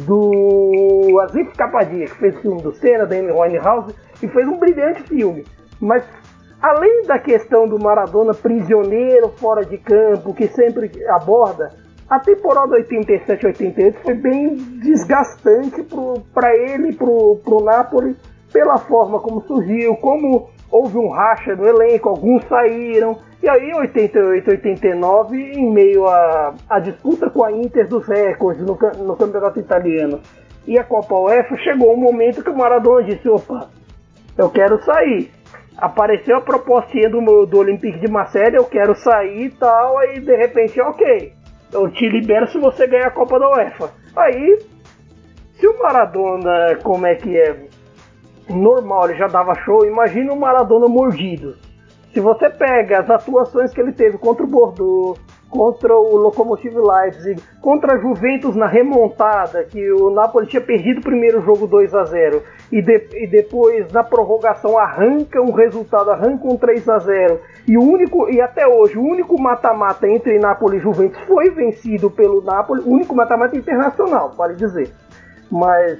do Asif Kapadia, que fez o filme do Senna, da Amy Winehouse, e fez um brilhante filme. Mas além da questão do Maradona prisioneiro fora de campo, que sempre aborda, a temporada oitenta e sete, oitenta e oito foi bem desgastante para ele e para o Napoli, pela forma como surgiu, como houve um racha no elenco, alguns saíram, e aí oitenta e oito, oitenta e nove, em meio à, à disputa com a Inter dos recordes no, no campeonato italiano e a Copa UEFA, chegou um momento que o Maradona disse: opa, eu quero sair. Apareceu a propostinha do, do Olympique de Marseille, eu quero sair e tal, aí de repente, ok, eu te libero se você ganhar a Copa da UEFA. Aí, se o Maradona, como é que é, normal, ele já dava show, imagina o Maradona mordido. Se você pega as atuações que ele teve contra o Bordeaux, contra o Lokomotiv Leipzig, contra a Juventus na remontada, que o Napoli tinha perdido o primeiro jogo dois a zero, e, de, e depois na prorrogação arranca um resultado, arranca um três a zero, e, o único, e até hoje o único mata-mata entre Napoli e Juventus foi vencido pelo Napoli, o único mata-mata internacional, vale dizer, mas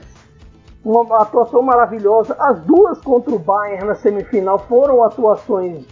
uma atuação maravilhosa. As duas contra o Bayern na semifinal foram atuações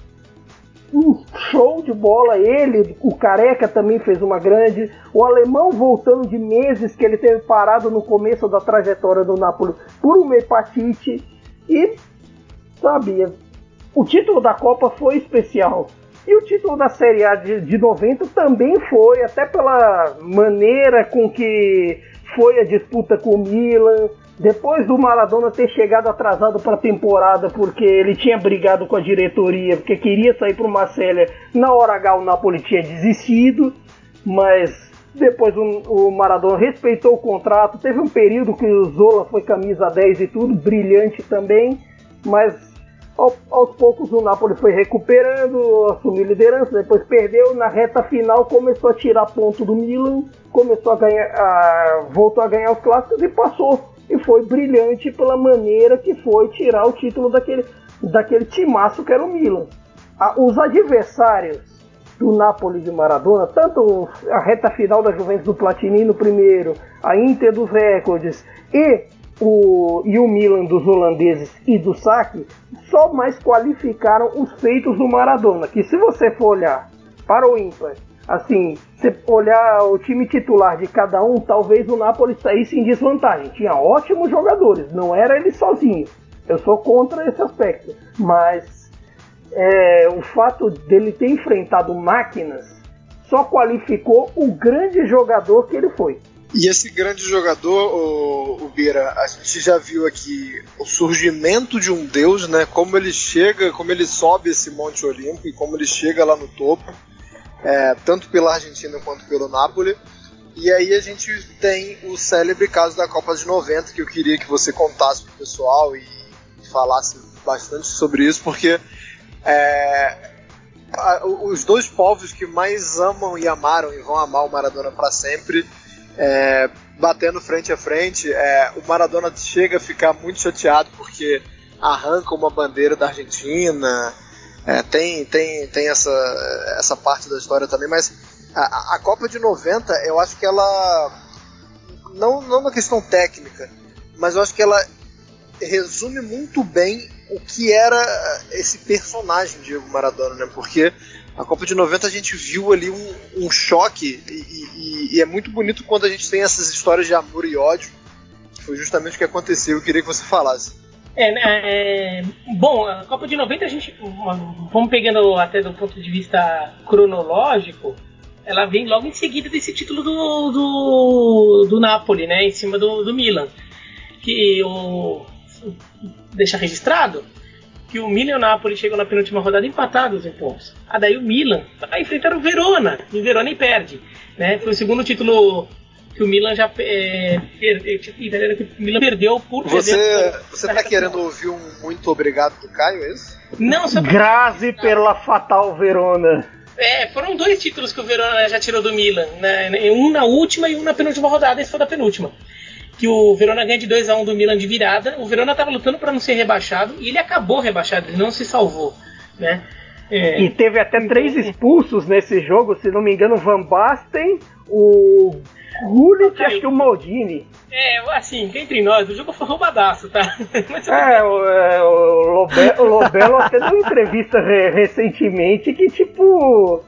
um show de bola. Ele, o Careca também fez uma grande, o alemão voltando de meses que ele teve parado no começo da trajetória do Napoli por uma hepatite, e sabe, o título da Copa foi especial, e o título da Série A de, de noventa também foi, até pela maneira com que foi a disputa com o Milan, depois do Maradona ter chegado atrasado para a temporada porque ele tinha brigado com a diretoria, porque queria sair para o Marselha. Na hora H o Napoli tinha desistido, mas depois o, o Maradona respeitou o contrato. Teve um período que o Zola foi camisa dez e tudo, brilhante também, mas ao, aos poucos o Napoli foi recuperando, assumiu liderança, depois perdeu, na reta final começou a tirar ponto do Milan, começou a ganhar, a, voltou a ganhar os clássicos e passou. E foi brilhante pela maneira que foi tirar o título daquele, daquele timaço que era o Milan. A, os adversários do Napoli de Maradona, tanto a reta final da Juventus do Platini no primeiro, a Inter dos recordes e o, e o Milan dos holandeses e do Sacchi, só mais qualificaram os feitos do Maradona, que se você for olhar para o ímpar, assim, você olhar o time titular de cada um, talvez o Napoli saísse em desvantagem. Tinha ótimos jogadores, não era ele sozinho. Eu sou contra esse aspecto. Mas é, o fato dele ter enfrentado máquinas só qualificou o grande jogador que ele foi. E esse grande jogador, o, o Bira, a gente já viu aqui o surgimento de um deus, né? Como ele chega, como ele sobe esse Monte Olimpo e como ele chega lá no topo. É, tanto pela Argentina quanto pelo Napoli. E aí a gente tem o célebre caso da Copa de noventa, que eu queria que você contasse pro pessoal e falasse bastante sobre isso, porque é, a, os dois povos que mais amam e amaram e vão amar o Maradona para sempre, é, batendo frente a frente. É, o Maradona chega a ficar muito chateado porque arranca uma bandeira da Argentina. É, tem tem, tem essa, essa parte da história também, mas a, a Copa de noventa, eu acho que ela, não, não na questão técnica, mas eu acho que ela resume muito bem o que era esse personagem Diego Maradona, né? Porque a Copa de noventa a gente viu ali um, um choque, e, e, e é muito bonito quando a gente tem essas histórias de amor e ódio, que foi justamente o que aconteceu. Eu queria que você falasse. É, é, bom, a Copa de noventa, a gente, vamos pegando até do ponto de vista cronológico, ela vem logo em seguida desse título do, do, do Napoli, né, em cima do, do Milan, que o, deixa registrado que o Milan e o Napoli chegam na penúltima rodada empatados em pontos. Ah, daí o Milan vai enfrentar o Verona, e o Verona perde, né, foi o segundo título que o Milan já é, perdeu, que o Milan perdeu por Você, perder. Você tá querendo final. Ouvir um muito obrigado do Caio, é isso? Não, só pra... Grazi pela fatal Verona. É, foram dois títulos que o Verona já tirou do Milan, né? Um na última e um na penúltima rodada, esse foi da penúltima. Que o Verona ganha de dois a um do Milan de virada. O Verona tava lutando para não ser rebaixado e ele acabou rebaixado, ele não se salvou, né? É. E teve até três expulsos nesse jogo, se não me engano, o Van Basten, o Gullit, acho que o Maldini. É, assim, entre nós, o jogo foi roubadaço, tá? Mas é, o, é, o, Lobe, o Lobelo até deu uma entrevista re, recentemente que, tipo,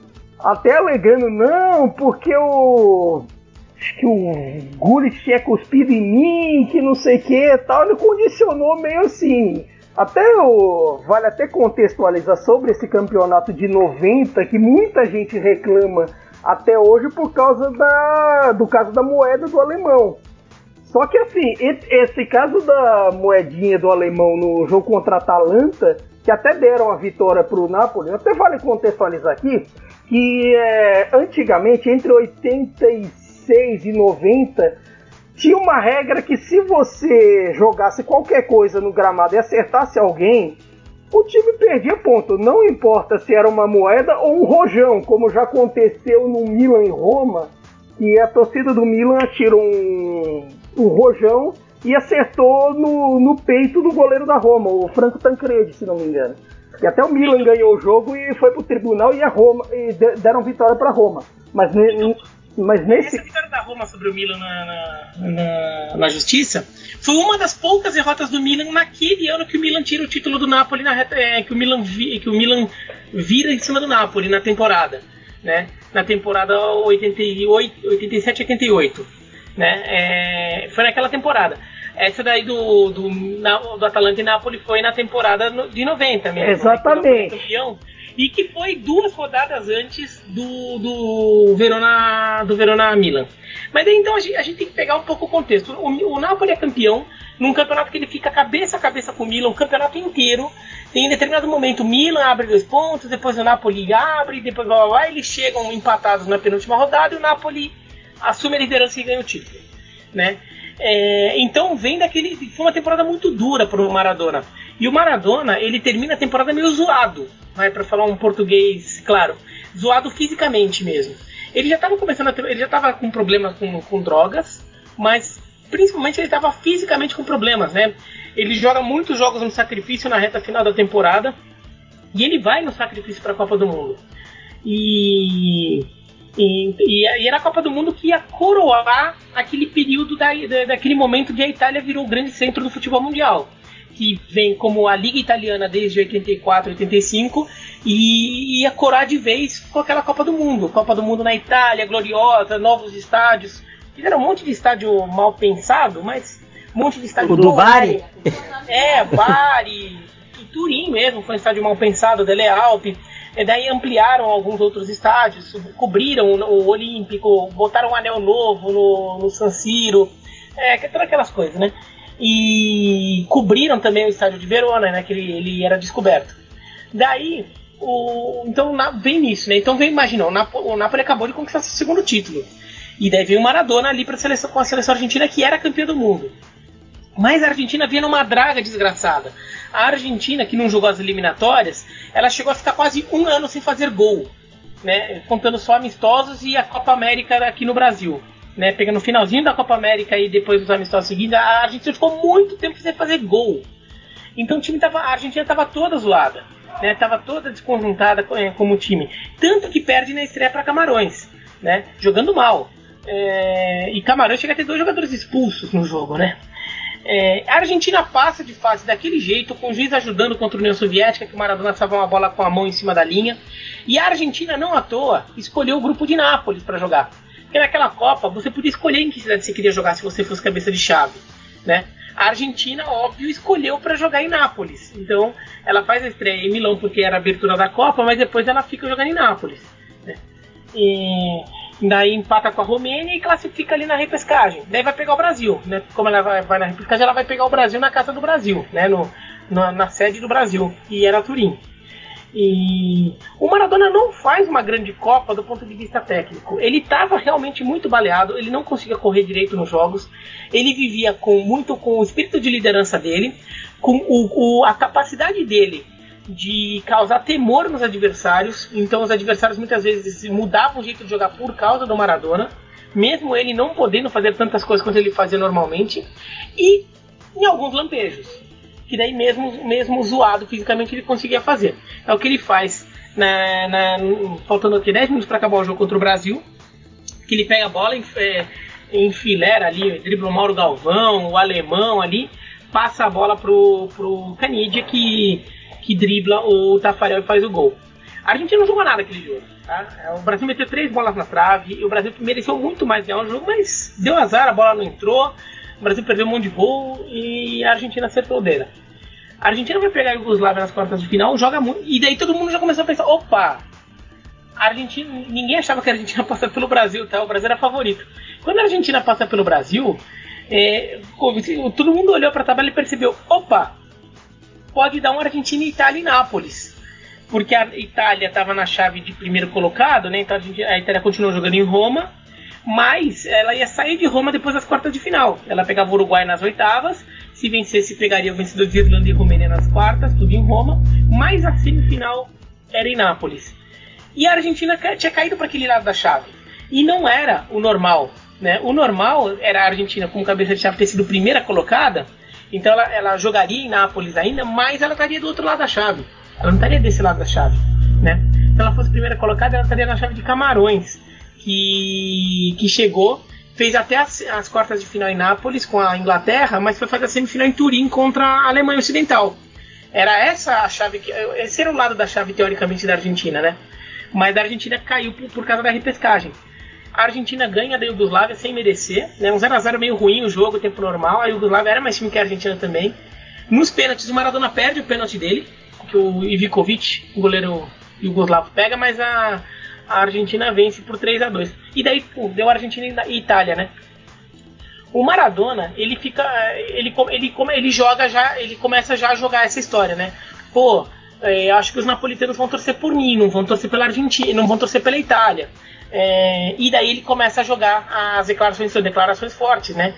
até alegando, não, porque o... acho que o Gullit tinha cuspido em mim, que não sei o que e tal, ele condicionou meio assim... Até o, vale até contextualizar sobre esse campeonato de noventa, que muita gente reclama até hoje por causa da, do caso da moeda do alemão. Só que assim, esse caso da moedinha do alemão no jogo contra a Atalanta, que até deram a vitória para o Napoli, até vale contextualizar aqui, que é, antigamente, entre oitenta e seis e noventa, tinha uma regra que se você jogasse qualquer coisa no gramado e acertasse alguém, o time perdia ponto. Não importa se era uma moeda ou um rojão, como já aconteceu no Milan e Roma, que a torcida do Milan atirou um, um rojão e acertou no, no peito do goleiro da Roma, o Franco Tancredi, se não me engano. E até o Milan ganhou o jogo e foi pro tribunal e a Roma e deram vitória pra Roma. Mas, ne, mas nesse... Essa vitória da Roma sobre o Milan na, na, na, na justiça foi uma das poucas derrotas do Milan naquele ano que o Milan tira o título do Napoli, na reta, é, que, o Milan vi, que o Milan vira em cima do Napoli na temporada. Né? Na temporada oitenta e oito, oitenta e sete oitenta e oito. Né? É, foi naquela temporada. Essa daí do, do, do Atalanta e Napoli foi na temporada de noventa mesmo. Exatamente. Né? Campeão, e que foi duas rodadas antes do, do Verona do Verona Milan. Mas daí então a gente, a gente tem que pegar um pouco o contexto. O, o Napoli é campeão num campeonato que ele fica cabeça a cabeça com o Milan, o campeonato inteiro. Tem em determinado momento o Milan abre dois pontos, depois o Napoli abre, depois blá, blá, blá, eles chegam empatados na penúltima rodada e o Napoli assume a liderança e ganha o título. Né? É, então vem daquele. Foi uma temporada muito dura para o Maradona. E o Maradona, ele termina a temporada meio zoado, né, para falar um português, claro, zoado fisicamente mesmo. Ele já estava começando a ter, ele já estava com problemas com, com drogas, mas principalmente ele estava fisicamente com problemas, né? Ele joga muitos jogos no sacrifício na reta final da temporada e ele vai no sacrifício para a Copa do Mundo. E E, e, e era a Copa do Mundo que ia coroar aquele período, da, da, daquele momento que a Itália virou o grande centro do futebol mundial, que vem como a Liga Italiana desde oitenta e quatro, oitenta e cinco, e ia coroar de vez com aquela Copa do Mundo. Copa do Mundo na Itália, gloriosa, novos estádios. Fizeram um monte de estádio mal pensado, mas um monte de estádio... O do Bari? É, Bari, Turim mesmo, foi um estádio mal pensado, Dele Alpi. E daí ampliaram alguns outros estádios, cobriram o Olímpico, botaram um anel novo no, no San Siro, é, todas aquelas coisas, né? E cobriram também o estádio de Verona, né? Que ele, ele era descoberto. Daí, o, então na, vem nisso, né? Então vem, imagina, o, Napo, o Napoli acabou de conquistar seu segundo título. E daí vem o Maradona ali pra seleção, com a seleção argentina, que era campeã do mundo. Mas a Argentina vinha numa draga desgraçada. A Argentina, que não jogou as eliminatórias, ela chegou a ficar quase um ano sem fazer gol, né? Contando só amistosos e a Copa América aqui no Brasil, né? Pegando o finalzinho da Copa América e depois dos amistosos seguintes, a Argentina ficou muito tempo sem fazer gol. Então o time tava, a Argentina estava toda zoada, né? Tava toda desconjuntada como time. Tanto que perde na estreia para Camarões, né? Jogando mal. É... E Camarões chega a ter dois jogadores expulsos no jogo, né? É, a Argentina passa de fase daquele jeito, com o juiz ajudando contra a União Soviética, que o Maradona salva uma bola com a mão em cima da linha. E a Argentina, não à toa, escolheu o grupo de Nápoles para jogar. Porque naquela Copa você podia escolher em que cidade você queria jogar se você fosse cabeça de chave, né? A Argentina, óbvio, escolheu para jogar em Nápoles. Então ela faz a estreia em Milão porque era a abertura da Copa, mas depois ela fica jogando em Nápoles, né? E... daí empata com a Romênia e classifica ali na repescagem. Daí vai pegar o Brasil, né? Como ela vai, vai na repescagem, ela vai pegar o Brasil na casa do Brasil, né? No, na, na sede do Brasil, que era Turim. E o Maradona não faz uma grande Copa do ponto de vista técnico. Ele estava realmente muito baleado, ele não conseguia correr direito nos jogos. Ele vivia com muito com o espírito de liderança dele, com o, o, a capacidade dele de causar temor nos adversários. Então os adversários muitas vezes mudavam o jeito de jogar por causa do Maradona, mesmo ele não podendo fazer tantas coisas quanto ele fazia normalmente, e em alguns lampejos, que daí mesmo, mesmo zoado fisicamente ele conseguia fazer. É o que ele faz na, na, faltando aqui dez minutos para acabar o jogo contra o Brasil, que ele pega a bola em, é, enfileira ali, dribla o Mauro Galvão, o alemão ali, passa a bola pro, pro Canidia, que que dribla o Tafarel e faz o gol. A Argentina não jogou nada aquele jogo, tá? O Brasil meteu três bolas na trave e o Brasil mereceu muito mais ganhar o jogo, mas deu azar, a bola não entrou, o Brasil perdeu um monte de gol e a Argentina acertou dela. A Argentina vai pegar a Iugoslávia nas quartas de final, joga muito, e daí todo mundo já começou a pensar, opa, a Argentina, ninguém achava que a Argentina passa pelo Brasil, tá? O Brasil era favorito. Quando a Argentina passa pelo Brasil, é, todo mundo olhou para a tabela e percebeu, opa, pode dar um Argentina e Itália em Nápoles, porque a Itália estava na chave de primeiro colocado, né? Então a, Argentina, a Itália continuou jogando em Roma, mas ela ia sair de Roma depois das quartas de final. Ela pegava o Uruguai nas oitavas, Se vencesse, pegaria o vencedor de Irlanda e Romênia nas quartas, tudo em Roma, mas a semifinal era em Nápoles. E a Argentina tinha caído para aquele lado da chave. E não era o normal, né? O normal era a Argentina, como cabeça de chave, ter sido primeira colocada, então ela, ela jogaria em Nápoles ainda, mas ela estaria do outro lado da chave. Ela não estaria desse lado da chave, né? Se ela fosse primeira colocada, ela estaria na chave de Camarões, que, que chegou, fez até as, as quartas de final em Nápoles com a Inglaterra, mas foi fazer a semifinal em Turim contra a Alemanha Ocidental. Era essa a chave, que, esse era o lado da chave teoricamente da Argentina, né? Mas a Argentina caiu por, por causa da repescagem. A Argentina ganha da Iugoslávia sem merecer, né? Um zero a zero meio ruim o jogo, tempo normal. A Iugoslávia era mais time que a Argentina também. Nos pênaltis, o Maradona perde o pênalti dele, que o Ivikovic, o goleiro iugoslavo, pega, mas a, a Argentina vence por três a dois. E daí, pô, deu a Argentina e Itália, né? O Maradona, ele fica, ele, ele, ele joga já, ele começa já a jogar essa história, né? Pô, eu acho que os napolitanos vão torcer por mim, não vão torcer pela Argentina, não vão torcer pela Itália. É, e daí ele começa a jogar as declarações, são declarações fortes, né?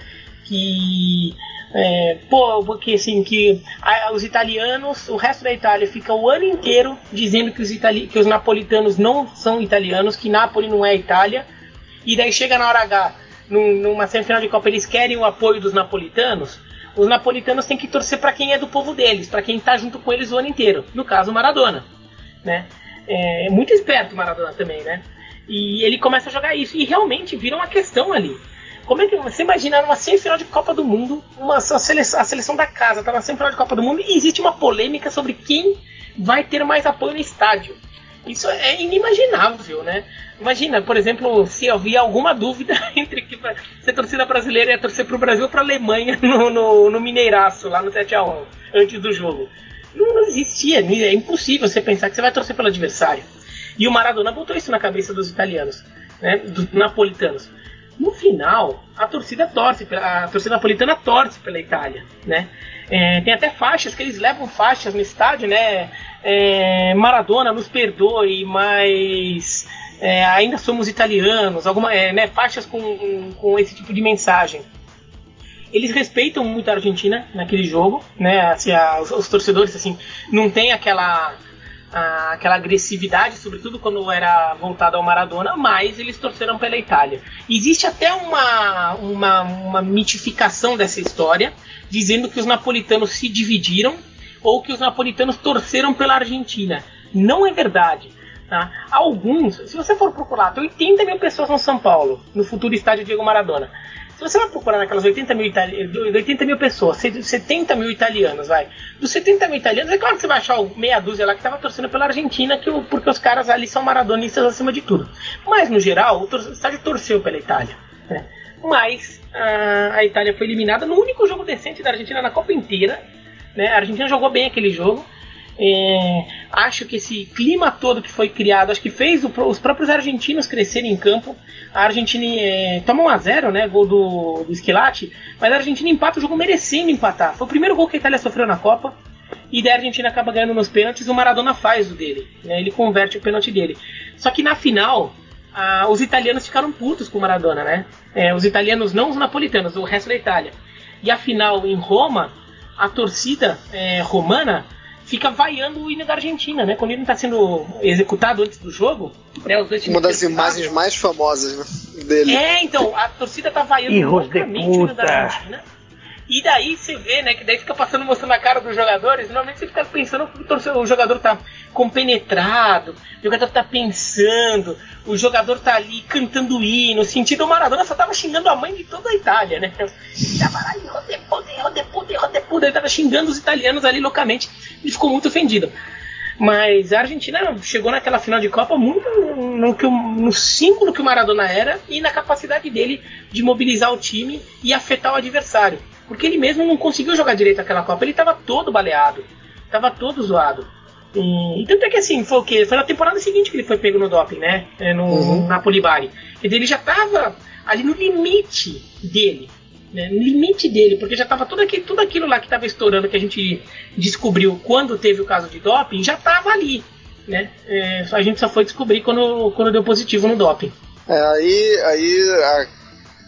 Que, é, pô, porque assim, que a, os italianos, o resto da Itália fica o ano inteiro dizendo que os, itali- que os napolitanos não são italianos, que Nápoles não é Itália, e daí chega na hora H, num, numa semifinal de Copa, eles querem o apoio dos napolitanos. Os napolitanos têm que torcer para quem é do povo deles, para quem tá junto com eles o ano inteiro. No caso, o Maradona, né? É muito esperto o Maradona também, né? E ele começa a jogar isso. E realmente vira uma questão ali. Como é que você imagina numa semifinal de Copa do Mundo, uma, a, seleção, a seleção da casa tá na semifinal de Copa do Mundo e existe uma polêmica sobre quem vai ter mais apoio no estádio. Isso é inimaginável, né? Imagina, por exemplo, se havia alguma dúvida entre que se a torcida brasileira ia torcer pro Brasil ou pra Alemanha no, no, no Mineiraço, lá no sete a um, antes do jogo. Não, não existia, é impossível você pensar que você vai torcer pelo adversário. E o Maradona botou isso na cabeça dos italianos, né, dos napolitanos. No final, a torcida torce, a torcida napolitana torce pela Itália, né? É, tem até faixas que eles levam faixas no estádio, né? É, Maradona nos perdoe, mas é, ainda somos italianos, alguma, é, né, faixas com, com esse tipo de mensagem. Eles respeitam muito a Argentina naquele jogo, né? Assim, a, os, os torcedores assim, não tem aquela a, aquela agressividade, sobretudo quando era voltado ao Maradona, mas eles torceram pela Itália. Existe até uma, uma, uma mitificação dessa história, dizendo que os napolitanos se dividiram ou que os napolitanos torceram pela Argentina. Não é verdade. Tá? Alguns, se você for procurar, tem oitenta mil pessoas no São Paulo, no futuro estádio Diego Maradona. Se você vai procurar naquelas oitenta mil, itali- oitenta mil pessoas, setenta mil italianos, vai. Dos setenta mil italianos, é claro que você vai achar meia dúzia lá que estava torcendo pela Argentina, que o, porque os caras ali são maradonistas acima de tudo. Mas, no geral, o, tor- o estádio torceu pela Itália, né? Mas a, a Itália foi eliminada no único jogo decente da Argentina na Copa inteira, né? A Argentina jogou bem aquele jogo. É, acho que esse clima todo que foi criado, acho que fez o, os próprios argentinos crescerem em campo. A Argentina é, toma um a zero, né, gol do, do Schillaci, mas a Argentina empata o jogo merecendo empatar. Foi o primeiro gol que a Itália sofreu na Copa, e daí a Argentina acaba ganhando nos pênaltis. O Maradona faz o dele, né, ele converte o pênalti dele. Só que na final, ah, os italianos ficaram putos com o Maradona, né? É, os italianos, não os napolitanos, o resto da Itália. E a final em Roma, a torcida é, romana fica vaiando o hino da Argentina, né? Quando o hino está sendo executado antes do jogo, né? Os dois Uma das imagens mais famosas, né, dele. É, então, a torcida tá vaiando loucamente o hino da Argentina. E daí você vê, né, que daí fica passando, mostrando a cara dos jogadores. Normalmente você fica pensando que o, torcedor, o jogador tá compenetrado, o jogador tá pensando, o jogador tá ali cantando o hino, sentindo. O Maradona só tava xingando a mãe de toda a Itália, né? Ele tava lá, rodepuda, rodepuda, rodepuda, ele tava xingando os italianos ali loucamente. Ele ficou muito ofendido. Mas a Argentina chegou naquela final de Copa muito no, no, no símbolo que o Maradona era e na capacidade dele de mobilizar o time e afetar o adversário. Porque ele mesmo não conseguiu jogar direito aquela Copa, ele estava todo baleado, estava todo zoado. E, e tanto é que assim, foi o quê? Foi na temporada seguinte que ele foi pego no doping, né? No uhum. Napoli Bari. Quer dizer, ele já estava ali no limite dele. Né, no limite dele, porque já estava tudo, aqui, tudo aquilo lá que estava estourando, que a gente descobriu quando teve o caso de doping, já estava ali, né? É, a gente só foi descobrir quando, quando deu positivo no doping. É, aí, aí a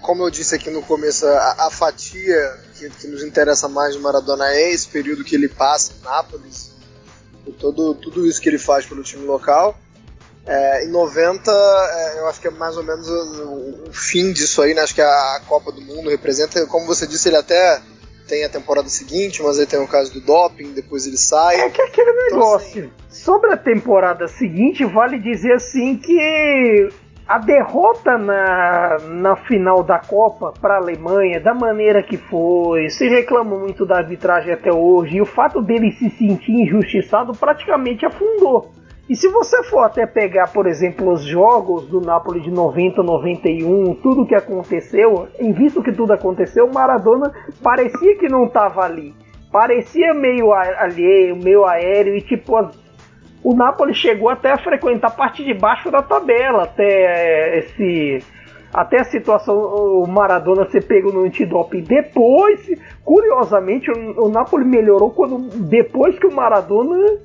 como eu disse aqui no começo, a, a fatia que, que nos interessa mais do Maradona é esse período que ele passa em Nápoles, e todo, tudo isso que ele faz pelo time local. É, em noventa, é, eu acho que é mais ou menos o, o fim disso aí, né? Acho que a, a Copa do Mundo representa, como você disse, ele até tem a temporada seguinte, mas aí tem o caso do doping, depois ele sai. É que aquele negócio, então, assim, sobre a temporada seguinte, vale dizer assim que a derrota na, na final da Copa para a Alemanha, da maneira que foi, se reclama muito da arbitragem até hoje, e o fato dele se sentir injustiçado praticamente afundou. E se você for até pegar, por exemplo, os jogos do Napoli de noventa, noventa e um, tudo que aconteceu, em visto que tudo aconteceu, o Maradona parecia que não estava ali. Parecia meio alheio, meio aéreo, e tipo, as, o Napoli chegou até a frequentar a parte de baixo da tabela, até esse... Até a situação, o Maradona ser pego no antidoping. Depois, curiosamente, o, o Napoli melhorou quando, depois que o Maradona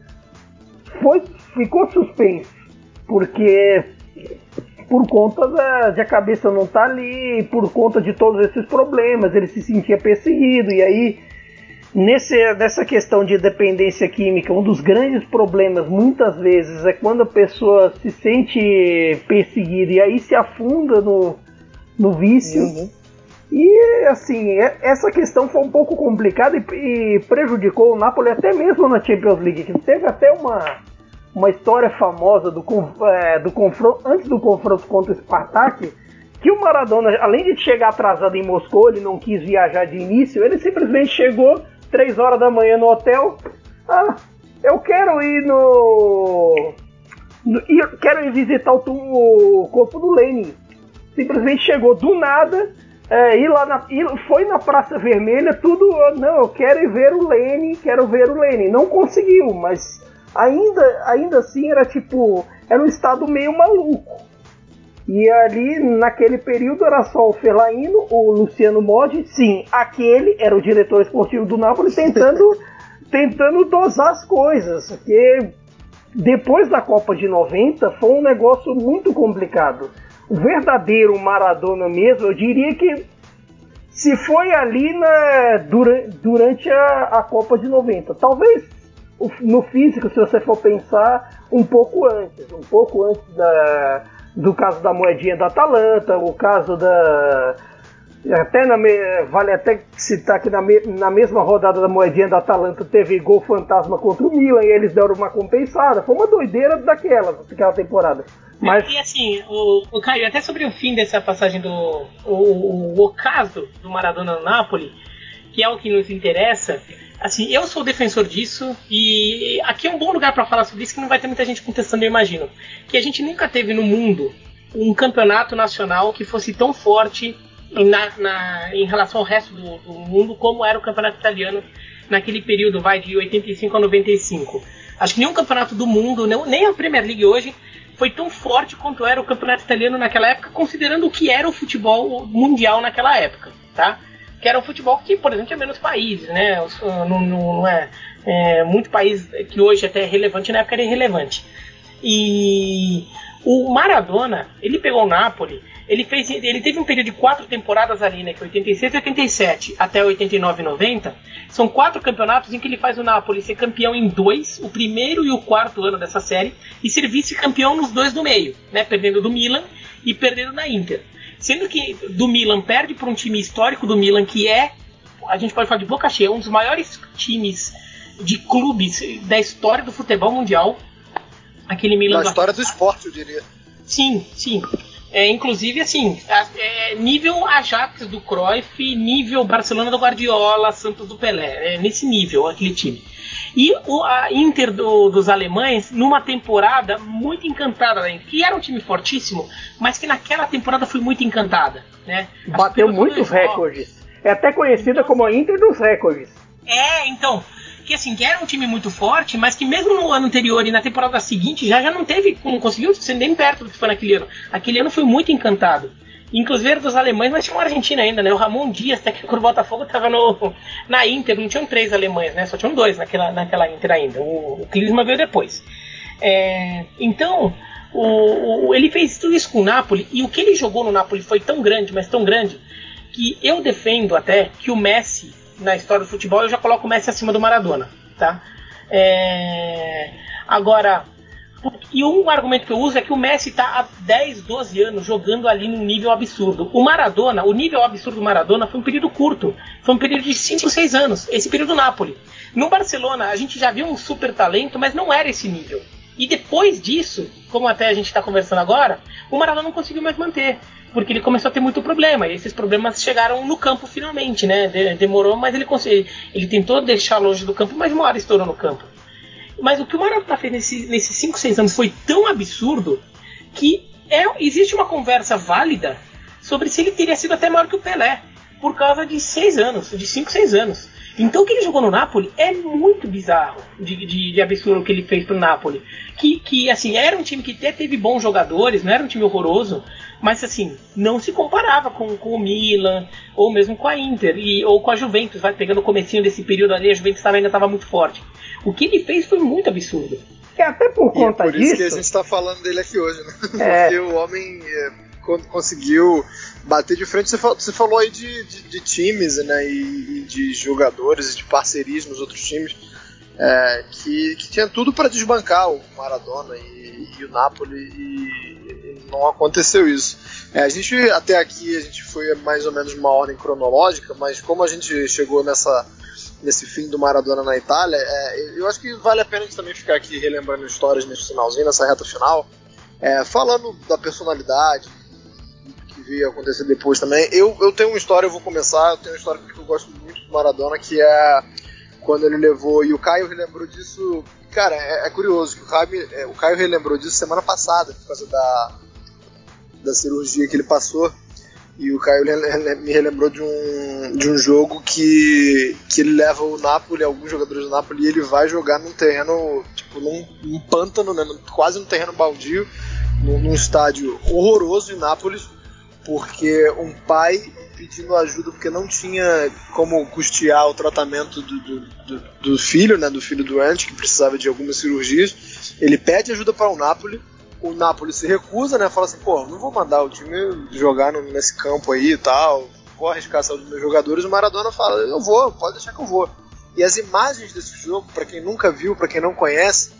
foi, ficou suspenso. Porque por conta da, de a cabeça não estar ali, por conta de todos esses problemas, ele se sentia perseguido. E aí, nesse, nessa questão de dependência química, um dos grandes problemas, muitas vezes, é quando a pessoa se sente perseguida e aí se afunda no, no vício. Uhum. E, assim, essa questão foi um pouco complicada e, e prejudicou o Napoli até mesmo na Champions League, que teve até uma, uma história famosa do, é, do confronto, antes do confronto contra o Spartak, que o Maradona, além de chegar atrasado em Moscou, ele não quis viajar de início, ele simplesmente chegou três horas da manhã no hotel. Ah, eu quero ir no... no eu quero ir visitar o, o corpo do Lenin. Simplesmente chegou do nada, é, ir lá na, ir, foi na Praça Vermelha, tudo, não, eu quero ir ver o Lenin, quero ver o Lenin. Não conseguiu, mas ainda, ainda assim era tipo, era um estado meio maluco. E ali, naquele período, era só o Fellaino, o Luciano Moggi, sim, aquele era o diretor esportivo do Napoli, tentando, tentando dosar as coisas, porque depois da Copa de noventa foi um negócio muito complicado. O verdadeiro Maradona mesmo, eu diria que se foi ali na, durante, durante a, a Copa de noventa. Talvez no físico, se você for pensar, um pouco antes, um pouco antes da... do caso da moedinha da Atalanta, o caso da... Até na me... Vale até citar que na, me... na mesma rodada da moedinha da Atalanta teve gol fantasma contra o Milan e eles deram uma compensada. Foi uma doideira daquela, daquela temporada. Mas... E assim, o, o Caio, até sobre o fim dessa passagem do o, o, o ocaso do Maradona no Napoli, que é o que nos interessa, assim, eu sou defensor disso e aqui é um bom lugar para falar sobre isso, que não vai ter muita gente contestando, eu imagino. Que a gente nunca teve no mundo um campeonato nacional que fosse tão forte na, na, em relação ao resto do, do mundo como era o campeonato italiano naquele período, vai de oitenta e cinco a noventa e cinco. Acho que nenhum campeonato do mundo, não, nem a Premier League hoje, foi tão forte quanto era o campeonato italiano naquela época, considerando o que era o futebol mundial naquela época, tá? Que era um futebol que, por exemplo, tinha menos países, né? Não, não, não é, é muito país que hoje até é relevante, na época era irrelevante. E o Maradona, ele pegou o Napoli, ele, fez, ele teve um período de quatro temporadas ali, né? Que oitenta e seis e oitenta e sete até oitenta e nove e noventa, são quatro campeonatos em que ele faz o Napoli ser campeão em dois, o primeiro e o quarto ano dessa série, e ser vice-campeão nos dois do meio, né? Perdendo do Milan e perdendo na Inter. Sendo que do Milan perde para um time histórico do Milan, que é, a gente pode falar de boca cheia, um dos maiores times de clubes da história do futebol mundial. Aquele Milan da história do esporte, eu diria. Sim, sim. É, inclusive, assim, é, nível Ajax do Cruyff, nível Barcelona do Guardiola, Santos do Pelé. É nesse nível, aquele time. E o, a Inter do, dos alemães, numa temporada muito encantada, né? Que era um time fortíssimo, mas que naquela temporada foi muito encantada, né? Bateu muitos recordes. É até conhecida como a Inter dos recordes. É, então, que assim, que era um time muito forte, mas que mesmo no ano anterior e na temporada seguinte já, já não teve, não conseguiu ser nem perto do que foi naquele ano. Aquele ano foi muito encantado. Inclusive era dos alemães, mas tinha uma Argentina ainda, né? O Ramon Dias, técnico do Botafogo, estava no, na Inter, não tinham três alemães, né? Só tinham dois naquela, naquela Inter ainda. O, o Klinsmann veio depois. É, então, o, o, ele fez tudo isso com o Napoli, e o que ele jogou no Napoli foi tão grande, mas tão grande, que eu defendo até que o Messi, na história do futebol, eu já coloco o Messi acima do Maradona, tá? É... Agora, e um argumento que eu uso é que o Messi está há dez, doze anos jogando ali num nível absurdo. O Maradona, o nível absurdo do Maradona foi um período curto, foi um período de cinco, seis anos, esse período do Napoli. No Barcelona, a gente já viu um super talento, mas não era esse nível. E depois disso, como até a gente está conversando agora, o Maradona não conseguiu mais manter, porque ele começou a ter muito problema, e esses problemas chegaram no campo finalmente, né? Demorou, mas ele conseguiu. Ele tentou deixar longe do campo, mas uma hora estourou no campo. Mas o que o Maradona fez nesse, nesses cinco, seis anos foi tão absurdo que é, existe uma conversa válida sobre se ele teria sido até maior que o Pelé, por causa de seis anos, de cinco, seis anos. Então o que ele jogou no Napoli é muito bizarro de, de, de absurdo o que ele fez pro Napoli. Que, que assim, era um time que até teve bons jogadores, não era um time horroroso, mas assim, não se comparava com, com o Milan, ou mesmo com a Inter, e, ou com a Juventus, vai pegando o comecinho desse período ali, a Juventus ainda estava muito forte. O que ele fez foi muito absurdo. É até por conta e é por disso. Por isso que a gente está falando dele aqui hoje, né? É. Porque o homem é, conseguiu bater de frente. Você falou, você falou aí de, de, de times, né? E, e de jogadores, e de parcerias nos outros times, é, que, que tinha tudo para desbancar o Maradona e, e o Napoli, e, e não aconteceu isso. É, a gente, até aqui, a gente foi mais ou menos uma ordem cronológica, mas como a gente chegou nessa. nesse fim do Maradona na Itália, é, eu acho que vale a pena a gente também ficar aqui relembrando histórias nesse finalzinho, nessa reta final, é, falando da personalidade que veio acontecer depois também. Eu, eu tenho uma história, eu vou começar, eu tenho uma história que eu gosto muito do Maradona, que é quando ele levou, e o Caio relembrou disso, cara, é, é curioso, que o Caio, é, o Caio relembrou disso semana passada, por causa da, da cirurgia que ele passou. E o Caio me relembrou de um, de um jogo que, que ele leva o Napoli, alguns jogadores do Napoli, e ele vai jogar num terreno, tipo, num, num pântano, né, quase num terreno baldio, num, num estádio horroroso em Nápoles, porque um pai pedindo ajuda porque não tinha como custear o tratamento do, do, do, do filho, né, do filho doente, que precisava de algumas cirurgias. Ele pede ajuda para o Napoli. O Napoli se recusa, né? Fala assim, pô, não vou mandar o time jogar no, nesse campo aí e tal, vou arriscar a saúde dos meus jogadores. O Maradona fala, eu vou, pode deixar que eu vou. E as imagens desse jogo, para quem nunca viu, para quem não conhece,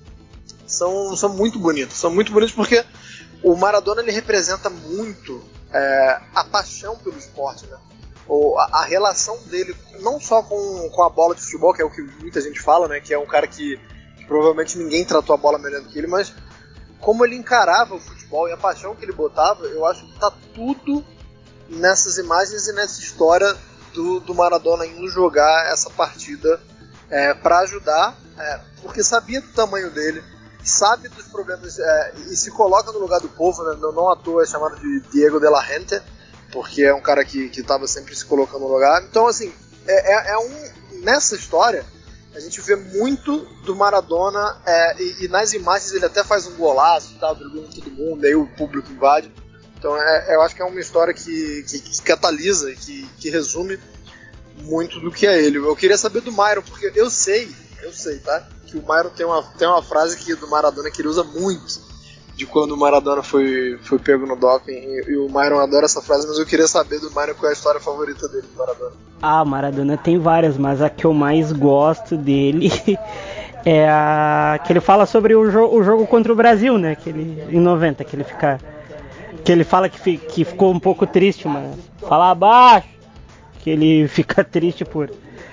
são, são muito bonitas. São muito bonitas porque o Maradona, ele representa muito é, a paixão pelo esporte, né? Ou a, a relação dele, não só com, com a bola de futebol, que é o que muita gente fala, né? Que é um cara que, que provavelmente ninguém tratou a bola melhor do que ele, mas como ele encarava o futebol e a paixão que ele botava, eu acho que tá tudo nessas imagens e nessa história do, do Maradona indo jogar essa partida é, para ajudar, é, porque sabia do tamanho dele, sabe dos problemas é, e se coloca no lugar do povo, né? não, não à toa é chamado de Diego de la Gente, porque é um cara que estava sempre se colocando no lugar. Então, assim, é, é, é um, nessa história a gente vê muito do Maradona, é, e, e nas imagens ele até faz um golaço, tá, driblando todo mundo, aí o público invade. Então é, eu acho que é uma história que, que, que catalisa, que, que resume muito do que é ele. Eu queria saber do Myron, porque eu sei, eu sei, tá, que o Myron tem uma, tem uma frase que, do Maradona que ele usa muito, de quando o Maradona foi, foi pego no doping, e, e o Myron adora essa frase, mas eu queria saber do Myron qual é a história favorita dele, do Maradona. Ah, Maradona tem várias, mas a que eu mais gosto dele é a que ele fala sobre o, jo- o jogo contra o Brasil, né, que ele, em noventa, que ele fica, que ele fala que, fi- que ficou um pouco triste, mas fala abaixo, que ele fica triste por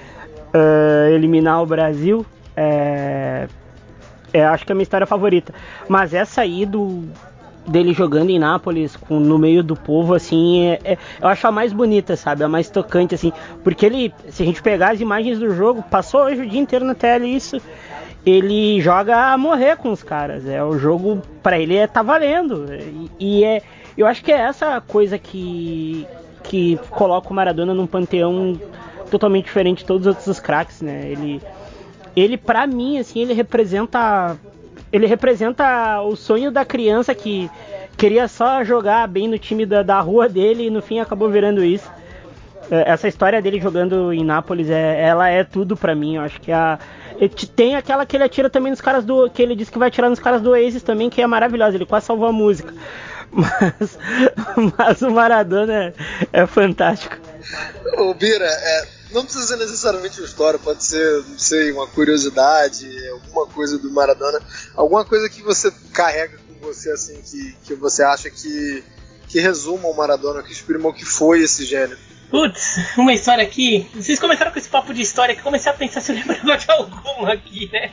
uh, eliminar o Brasil. é... É, acho que é a minha história favorita. Mas essa aí do, dele jogando em Nápoles com, no meio do povo, assim, é, é, eu acho a mais bonita, sabe? A mais tocante, assim. Porque ele, se a gente pegar as imagens do jogo, passou hoje o dia inteiro na tela isso, ele joga a morrer com os caras. É, o jogo, pra ele, é, tá valendo. E, e é, eu acho que é essa coisa que, que coloca o Maradona num panteão totalmente diferente de todos os outros craques, né? Ele... Ele, pra mim, assim, ele representa ele representa o sonho da criança que queria só jogar bem no time da, da rua dele e no fim acabou virando isso. Essa história dele jogando em Nápoles, é, ela é tudo pra mim. Eu acho que a, tem aquela que ele atira também nos caras do, que ele disse que vai atirar nos caras do Oasis também, que é maravilhosa, ele quase salvou a música. Mas, mas o Maradona é, é fantástico. Ô, Bira, é, não precisa ser necessariamente uma história, pode ser, não sei, uma curiosidade, alguma coisa do Maradona, alguma coisa que você carrega com você, assim, que, que você acha que, que resuma o Maradona, que exprima o que foi esse gênio. Putz, uma história aqui. Vocês começaram com esse papo de história que eu comecei a pensar se eu lembrava de alguma aqui, né?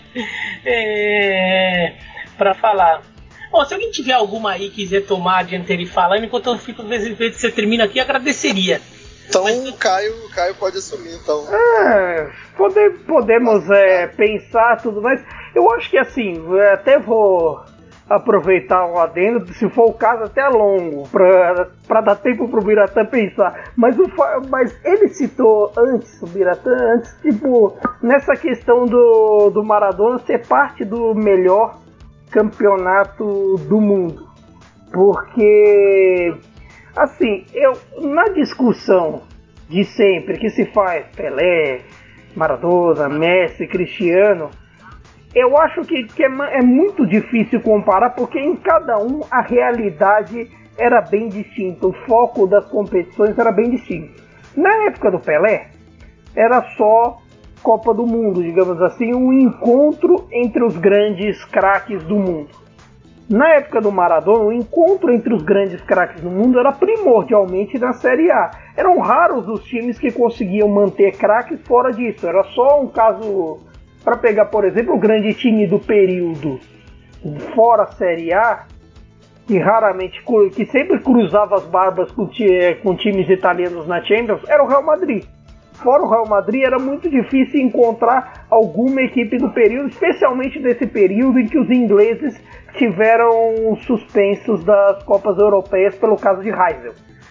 É, pra falar. Bom, se alguém tiver alguma aí e quiser tomar a dianteira e falar, enquanto eu fico vezes vezes você termina aqui, agradeceria. Então Mas, o Caio, Caio pode assumir, então. É, pode, podemos é, pensar tudo mais. Eu acho que assim, até vou aproveitar o adendo, se for o caso até longo, para dar tempo pro Biratã pensar. Mas, o, mas ele citou antes, o Biratã, antes, tipo, nessa questão do, do Maradona ser parte do melhor campeonato do mundo. Porque, assim, eu, na discussão de sempre que se faz Pelé, Maradona, Messi, Cristiano, eu acho que, que é, é muito difícil comparar, porque em cada um a realidade era bem distinta, o foco das competições era bem distinto. Na época do Pelé, era só Copa do Mundo, digamos assim, um encontro entre os grandes craques do mundo. Na época do Maradona, o encontro entre os grandes craques do mundo era primordialmente na Série A. Eram raros os times que conseguiam manter craques fora disso, era só um caso... Para pegar, por exemplo, o grande time do período fora a Série A, que raramente, que sempre cruzava as barbas com, com times italianos na Champions, era o Real Madrid. Fora o Real Madrid, era muito difícil encontrar alguma equipe do período, especialmente nesse período em que os ingleses tiveram suspensos das Copas Europeias pelo caso de Heysel.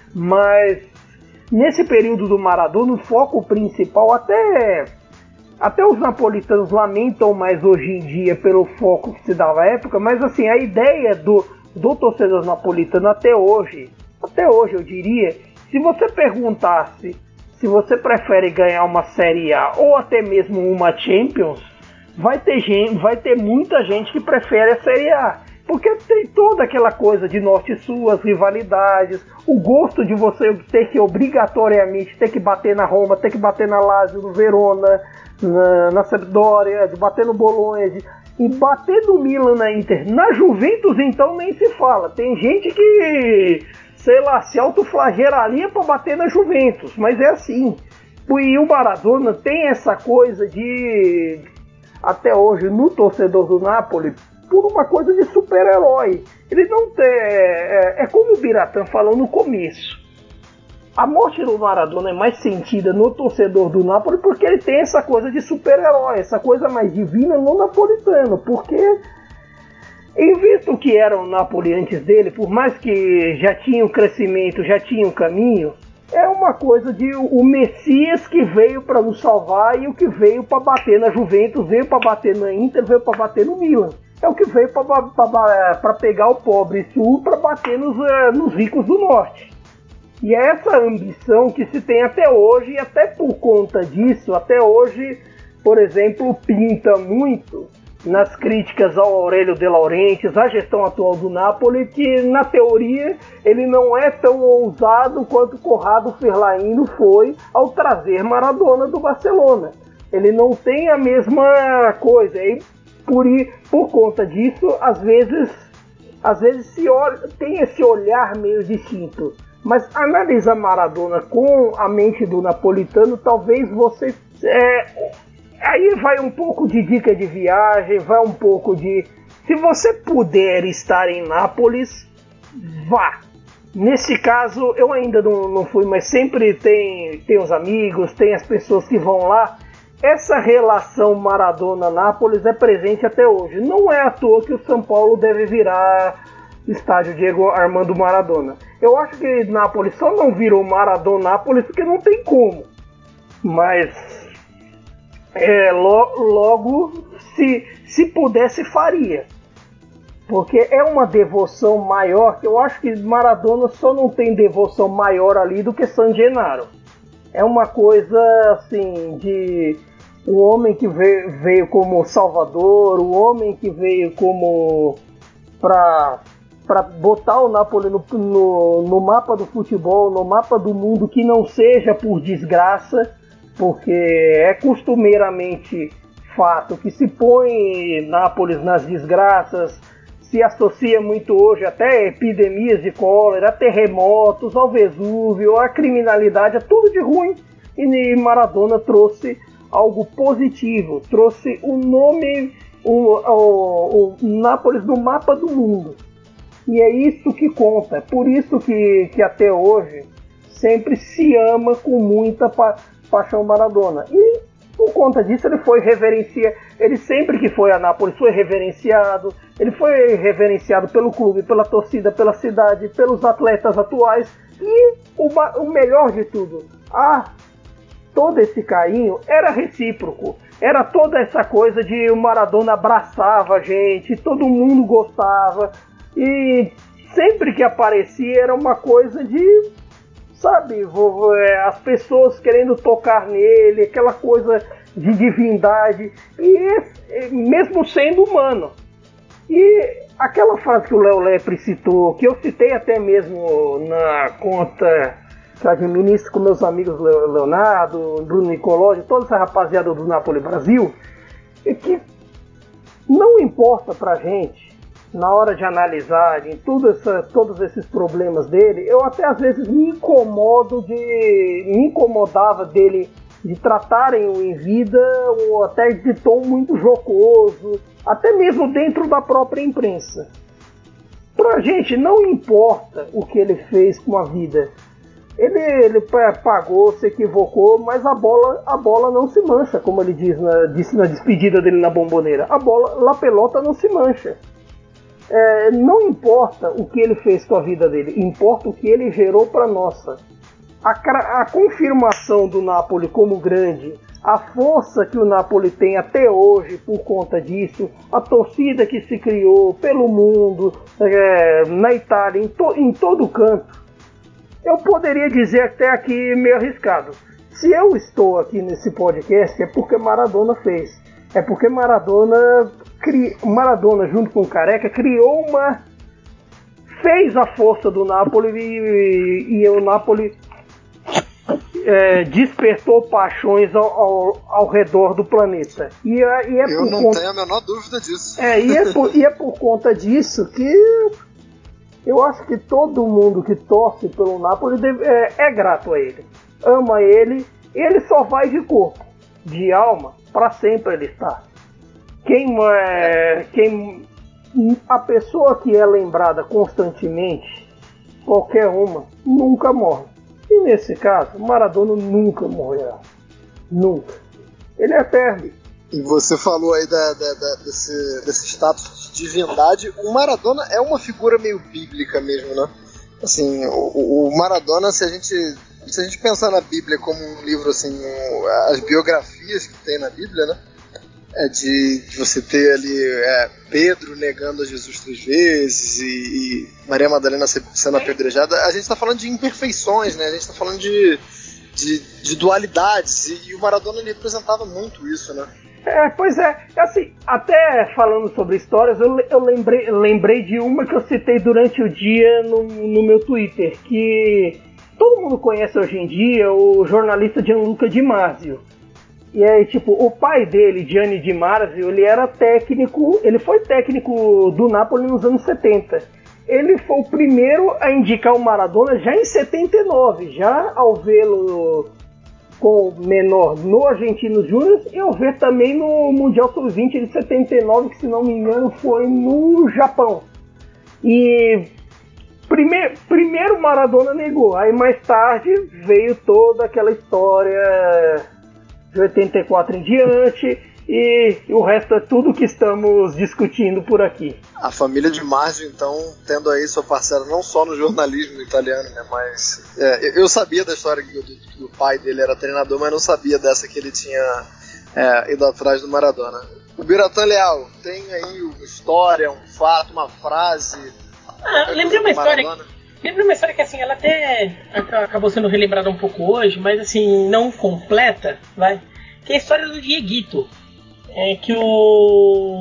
Mas nesse período do Maradona, o foco principal, até... Até os napolitanos lamentam mais hoje em dia pelo foco que se dava à época, mas assim, a ideia do, do torcedor napolitano até hoje, até hoje eu diria, se você perguntasse se você prefere ganhar uma Série A ou até mesmo uma Champions, vai ter, gente, vai ter muita gente que prefere a Série A. Porque tem toda aquela coisa de norte e sul, as rivalidades, o gosto de você ter que obrigatoriamente ter que bater na Roma, ter que bater na Lazio, no Verona, na, na Sampdoria, de bater no Bolonha, de, e bater no Milan, na Inter. Na Juventus, então, nem se fala. Tem gente que, sei lá, se autoflagelaria para bater na Juventus, mas é assim. E o Maradona tem essa coisa de, até hoje, no torcedor do Napoli, por uma coisa de super-herói. Ele não tem... É, é como o Biratã falou no começo. A morte do Maradona é mais sentida no torcedor do Napoli porque ele tem essa coisa de super-herói, essa coisa mais divina no napolitano, porque em vista do que era o Napoli antes dele, por mais que já tinha um crescimento, já tinha um caminho, é uma coisa de o Messias que veio para nos salvar e o que veio para bater na Juventus, veio para bater na Inter, veio para bater no Milan. É o que veio para pegar o pobre sul para bater nos, uh, nos ricos do norte. E é essa ambição que se tem até hoje, e até por conta disso, até hoje, por exemplo, pinta muito nas críticas ao Aurélio De Laurentiis, à gestão atual do Napoli, que na teoria ele não é tão ousado quanto Corrado Ferlaino foi ao trazer Maradona do Barcelona. Ele não tem a mesma coisa, e por, por conta disso, às vezes, às vezes se olha, tem esse olhar meio distinto. Mas analisar Maradona com a mente do napolitano, talvez você... É, aí vai um pouco de dica de viagem, vai um pouco de... Se você puder estar em Nápoles, vá. Nesse caso, eu ainda não, não fui, mas sempre tem, tem os amigos, tem as pessoas que vão lá. Essa relação Maradona-Nápoles é presente até hoje. Não é à toa que o São Paulo deve virar estádio Diego Armando Maradona. Eu acho que Nápoles só não virou Maradona-Nápoles porque não tem como. Mas é, lo, logo, se, se pudesse, faria. Porque é uma devoção maior, que eu acho que Maradona só não tem devoção maior ali do que San Gennaro. É uma coisa assim de um homem que veio, veio como salvador, o um homem que veio como para para botar o Napoli no, no, no mapa do futebol, no mapa do mundo, que não seja por desgraça, porque é costumeiramente fato que se põe Nápoles nas desgraças, se associa muito hoje até a epidemias de cólera, a terremotos, ao Vesúvio, a criminalidade, a tudo de ruim, e Maradona trouxe algo positivo, trouxe o nome, o, o, o Nápoles no mapa do mundo. E é isso que conta, é por isso que, que até hoje sempre se ama com muita pa- paixão Maradona. E por conta disso ele foi reverenciado, ele sempre que foi a Nápoles foi reverenciado, ele foi reverenciado pelo clube, pela torcida, pela cidade, pelos atletas atuais. E o, o melhor de tudo, a, todo esse carinho era recíproco. Era toda essa coisa de o Maradona abraçava a gente, todo mundo gostava. E sempre que aparecia era uma coisa de, sabe, as pessoas querendo tocar nele, aquela coisa de divindade, e mesmo sendo humano. E aquela frase que o Léo Lepre citou, que eu citei até mesmo na conta que administro com meus amigos Leonardo, Bruno Nicolodi, toda essa rapaziada do Napoli Brasil, é que não importa pra gente, na hora de analisar em tudo essa, todos esses problemas dele, eu até às vezes me incomodo de. me incomodava dele de tratarem-o em vida, ou até de tom muito jocoso, até mesmo dentro da própria imprensa. Pra gente não importa o que ele fez com a vida. Ele, ele pagou, se equivocou, mas a bola, a bola não se mancha, como ele diz na, disse na despedida dele na Bombonera. A bola, La Pelota não se mancha. É, não importa o que ele fez com a vida dele, importa o que ele gerou para nossa. A, a confirmação do Napoli como grande, a força que o Napoli tem até hoje por conta disso, a torcida que se criou pelo mundo, é, na Itália, em, to, em todo canto. Eu poderia dizer até aqui meio arriscado, se eu estou aqui nesse podcast é porque Maradona fez, é porque Maradona cri... Maradona junto com o Careca criou uma, fez a força do Napoli e, e o Napoli é, despertou paixões ao, ao, ao redor do planeta. E, é, e é eu por não conta... tenho a menor dúvida disso. É, e, é por, e é por conta disso que eu acho que todo mundo que torce pelo Napoli deve, é, é grato a ele, ama ele, ele só vai de corpo, de alma, para sempre ele está. Quem, é, quem, a pessoa que é lembrada constantemente, qualquer uma, nunca morre. E nesse caso, Maradona nunca morrerá. Nunca. Ele é eterno. E você falou aí da, da, da, desse, desse status de divindade. O Maradona é uma figura meio bíblica mesmo, né? Assim, o, o Maradona, se a gente, se a gente pensar na Bíblia como um livro, assim, as biografias que tem na Bíblia, né? É de, de você ter ali é, Pedro negando a Jesus três vezes e, e Maria Madalena sendo apedrejada. A gente está falando de imperfeições, né? A gente está falando de, de, de dualidades, e, e o Maradona ele representava muito isso, né? É, pois é, assim, até falando sobre histórias, eu, eu lembrei, lembrei de uma que eu citei durante o dia no, no meu Twitter, que todo mundo conhece hoje em dia, o jornalista Gianluca Di Marzio. E aí, tipo, o pai dele, Gianni Di Marzio, ele era técnico, ele foi técnico do Napoli nos anos setenta. Ele foi o primeiro a indicar o Maradona já em setenta e nove, já ao vê-lo com menor no Argentinos Júnior e ao ver também no Mundial sub vinte de setenta e nove, que se não me engano foi no Japão. E primeiro, primeiro Maradona negou, aí mais tarde veio toda aquela história de oitenta e quatro em diante, e o resto é tudo que estamos discutindo por aqui. A família de Marzio, então, tendo aí sua parcela não só no jornalismo italiano, né, mas é, eu sabia da história que o, que o pai dele era treinador, mas não sabia dessa que ele tinha é, ido atrás do Maradona. O Biratan Leal, tem aí uma história, um fato, uma frase? Ah, lembrei uma história... Lembra uma história que assim, ela até acabou sendo relembrada um pouco hoje, mas assim, não completa, vai. Que é a história do Dieguito. É que o, o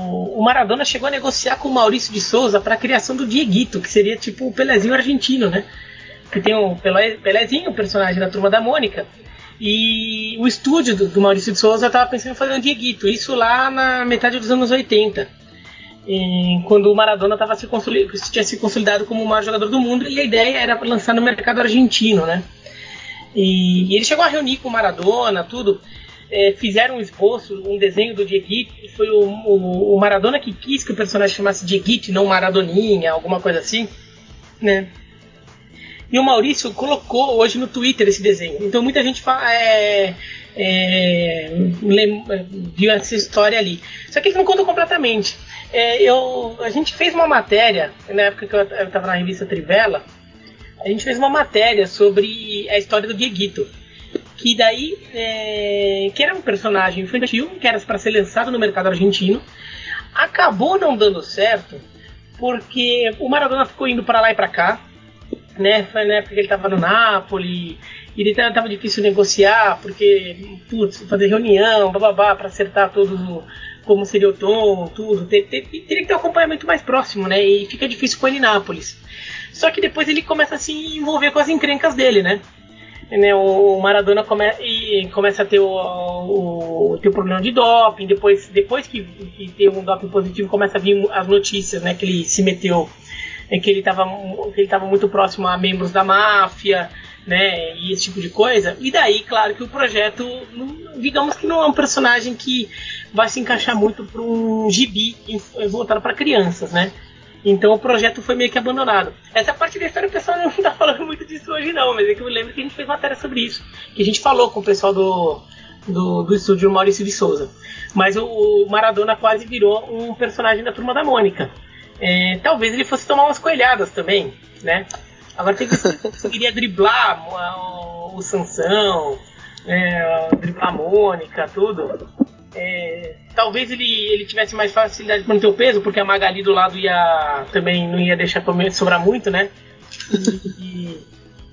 Maradona chegou a negociar com o Maurício de Souza para a criação do Dieguito, que seria tipo o Pelezinho argentino, né? Que tem o Pelé, Pelezinho, o personagem da Turma da Mônica. E o estúdio do, do Maurício de Souza estava pensando em fazer um Dieguito, isso lá na metade dos anos oitenta. E quando o Maradona tava se tinha se consolidado como o maior jogador do mundo, e a ideia era lançar no mercado argentino, né? E, e ele chegou a reunir com o Maradona, tudo, é, fizeram um esboço, um desenho do Dieguito, e foi o, o, o Maradona que quis que o personagem chamasse Dieguito, não Maradoninha, alguma coisa assim, né? E o Maurício colocou hoje no Twitter esse desenho, então muita gente fala, é, é, viu essa história ali, só que ele não conta completamente. É, eu, a gente fez uma matéria, na época que eu estava na revista Trivela, a gente fez uma matéria sobre a história do Dieguito, que daí, é, que era um personagem infantil, que era para ser lançado no mercado argentino, acabou não dando certo, porque o Maradona ficou indo para lá e para cá, né? Foi na época que ele estava no Napoli, e ele estava difícil negociar, porque, putz, fazer reunião, bababá, para acertar todo como seria o tom, tudo, ter, ter, teria que ter um acompanhamento mais próximo, né? E fica difícil com ele em Nápoles. Só que depois ele começa a se envolver com as encrencas dele, né? O Maradona come, e começa a ter o, o, ter o problema de doping, depois, depois que, que tem um doping positivo, começa a vir as notícias, né? Que ele se meteu, que ele estava que ele estava muito próximo a membros da máfia, né, e esse tipo de coisa. E daí, claro que o projeto, digamos que não é um personagem que vai se encaixar muito para um gibi voltado para crianças, né? Então o projeto foi meio que abandonado. Essa parte da história o pessoal não está falando muito disso hoje não, mas é que eu lembro que a gente fez matéria sobre isso, que a gente falou com o pessoal do, do, do estúdio Maurício de Souza. Mas o Maradona quase virou um personagem da Turma da Mônica. É, talvez ele fosse tomar umas coelhadas também, né? Agora tem que conseguiria driblar o, o Sansão, é, driblar a Mônica, tudo. É, talvez ele, ele tivesse mais facilidade de manter o peso, porque a Magali do lado ia, também não ia deixar comer, sobrar muito, né? E, e,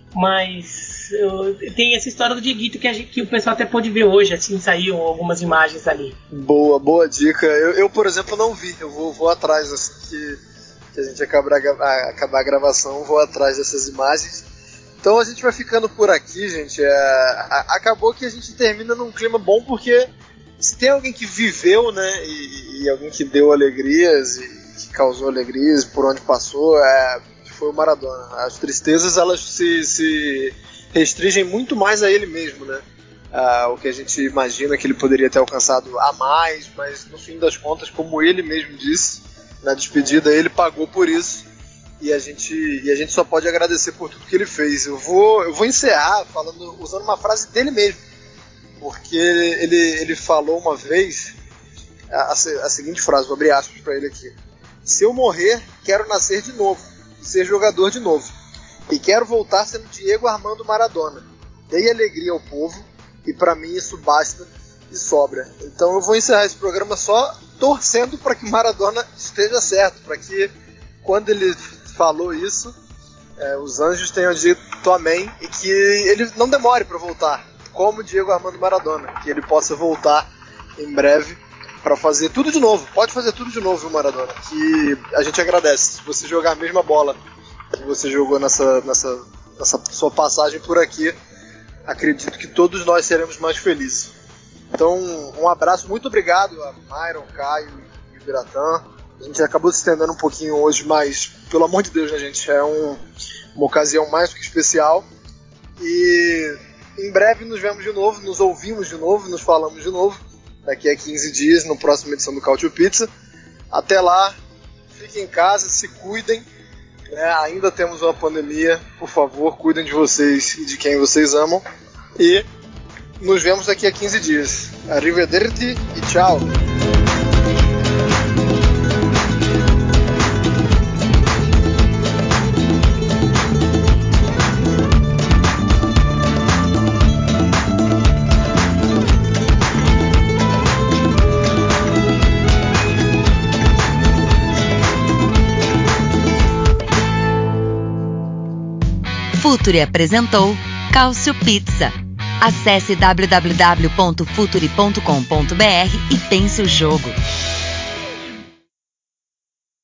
mas eu, tem essa história do Dieguito que, a gente, que o pessoal até pode ver hoje, assim, saiu algumas imagens ali. Boa, boa dica. Eu, eu por exemplo, não vi. Eu vou, vou atrás, assim, que... que a gente acabar a, acabar a gravação, vou atrás dessas imagens. Então a gente vai ficando por aqui, gente. É, a, acabou que a gente termina num clima bom, porque se tem alguém que viveu, né, e, e alguém que deu alegrias e que causou alegrias por onde passou, é, foi o Maradona. As tristezas, elas se, se restringem muito mais a ele mesmo, né? Ah, o que a gente imagina que ele poderia ter alcançado a mais, mas no fim das contas, como ele mesmo disse na despedida, ele pagou por isso, e a gente, e a gente só pode agradecer por tudo que ele fez. Eu vou, eu vou encerrar falando, usando uma frase dele mesmo, porque ele, ele falou uma vez a, a seguinte frase, vou abrir aspas para ele aqui: se eu morrer, quero nascer de novo e ser jogador de novo, e quero voltar sendo Diego Armando Maradona. Dei alegria ao povo, e para mim isso basta e sobra. Então eu vou encerrar esse programa só torcendo para que Maradona esteja certo, para que quando ele falou isso, é, os anjos tenham dito amém, e que ele não demore para voltar, como Diego Armando Maradona, que ele possa voltar em breve para fazer tudo de novo. Pode fazer tudo de novo, Maradona, que a gente agradece. Se você jogar a mesma bola que você jogou nessa, nessa, nessa sua passagem por aqui, acredito que todos nós seremos mais felizes. Então, um abraço, muito obrigado a Myron, Caio e o Biratã. A gente acabou se estendendo um pouquinho hoje, mas, pelo amor de Deus, né, gente? É um, uma ocasião mais do que especial. E em breve nos vemos de novo, nos ouvimos de novo, nos falamos de novo, daqui a quinze dias, na próxima edição do Cautio Pizza. Até lá, fiquem em casa, se cuidem. Né? Ainda temos uma pandemia, por favor, cuidem de vocês e de quem vocês amam. E nos vemos daqui a quinze dias. Arrivederci e tchau! Futuri apresentou Cálcio Pizza. Acesse w w w ponto futuri ponto com ponto b r e pense o jogo.